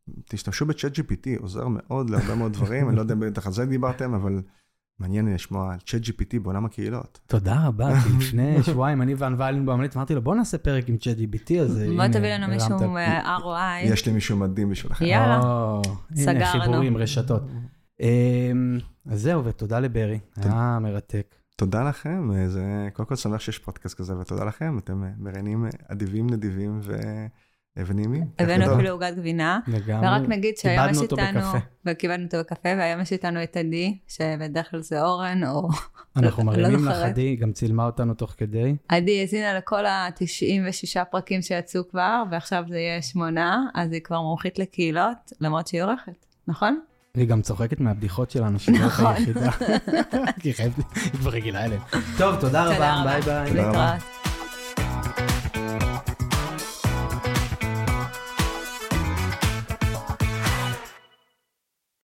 תשתמשו ב-צ'אט ג'י פי טי, עוזר מאוד להרבה מאוד דברים, אני לא יודע אם בטח על זה דיברתם, אבל מעניין לשמוע על צ'אט ג'י פי טי בעולם הקהילות. תודה רבה, כי לפני שבועיים אני ואן ואלין באמנית, אמרתי לו, בוא נעשה פרק עם צ'אט ג'י פי טי, אז בוא תביא לנו מישהו אר או איי. יש לי מישהו מדהים בשבילכם. יאללה, סגרנו. הנה, חיבורים, רשתות. אז זהו, ותודה לברי, היה מרתק. תודה לכם, זה קודם כל שמח שיש פודקאסט כזה, ותודה לכם, אתם מרעינים אדיבים, נדיבים ונעימים. הבאנו אפילו עוגת גבינה, ורק נגיד שהיום יש איתנו, וקיבלנו אותו בקפה, והיום יש איתנו את עדי, שבדרך כלל זה אורן, או אנחנו מרימים לך עדי, גם צילמה אותנו תוך כדי. עדי הזינה לכל ה-תשעים ושישה פרקים שיצאו כבר, ועכשיו זה יהיה שמונה, אז היא כבר מומחית לקהילות, למרות שהיא עורכת, נכון? היא גם צוחקת מהבדיחות שלנו, שהיא לא היחידה. כי היא כבר רגילה אליהם. טוב, תודה רבה, ביי ביי. להתראות.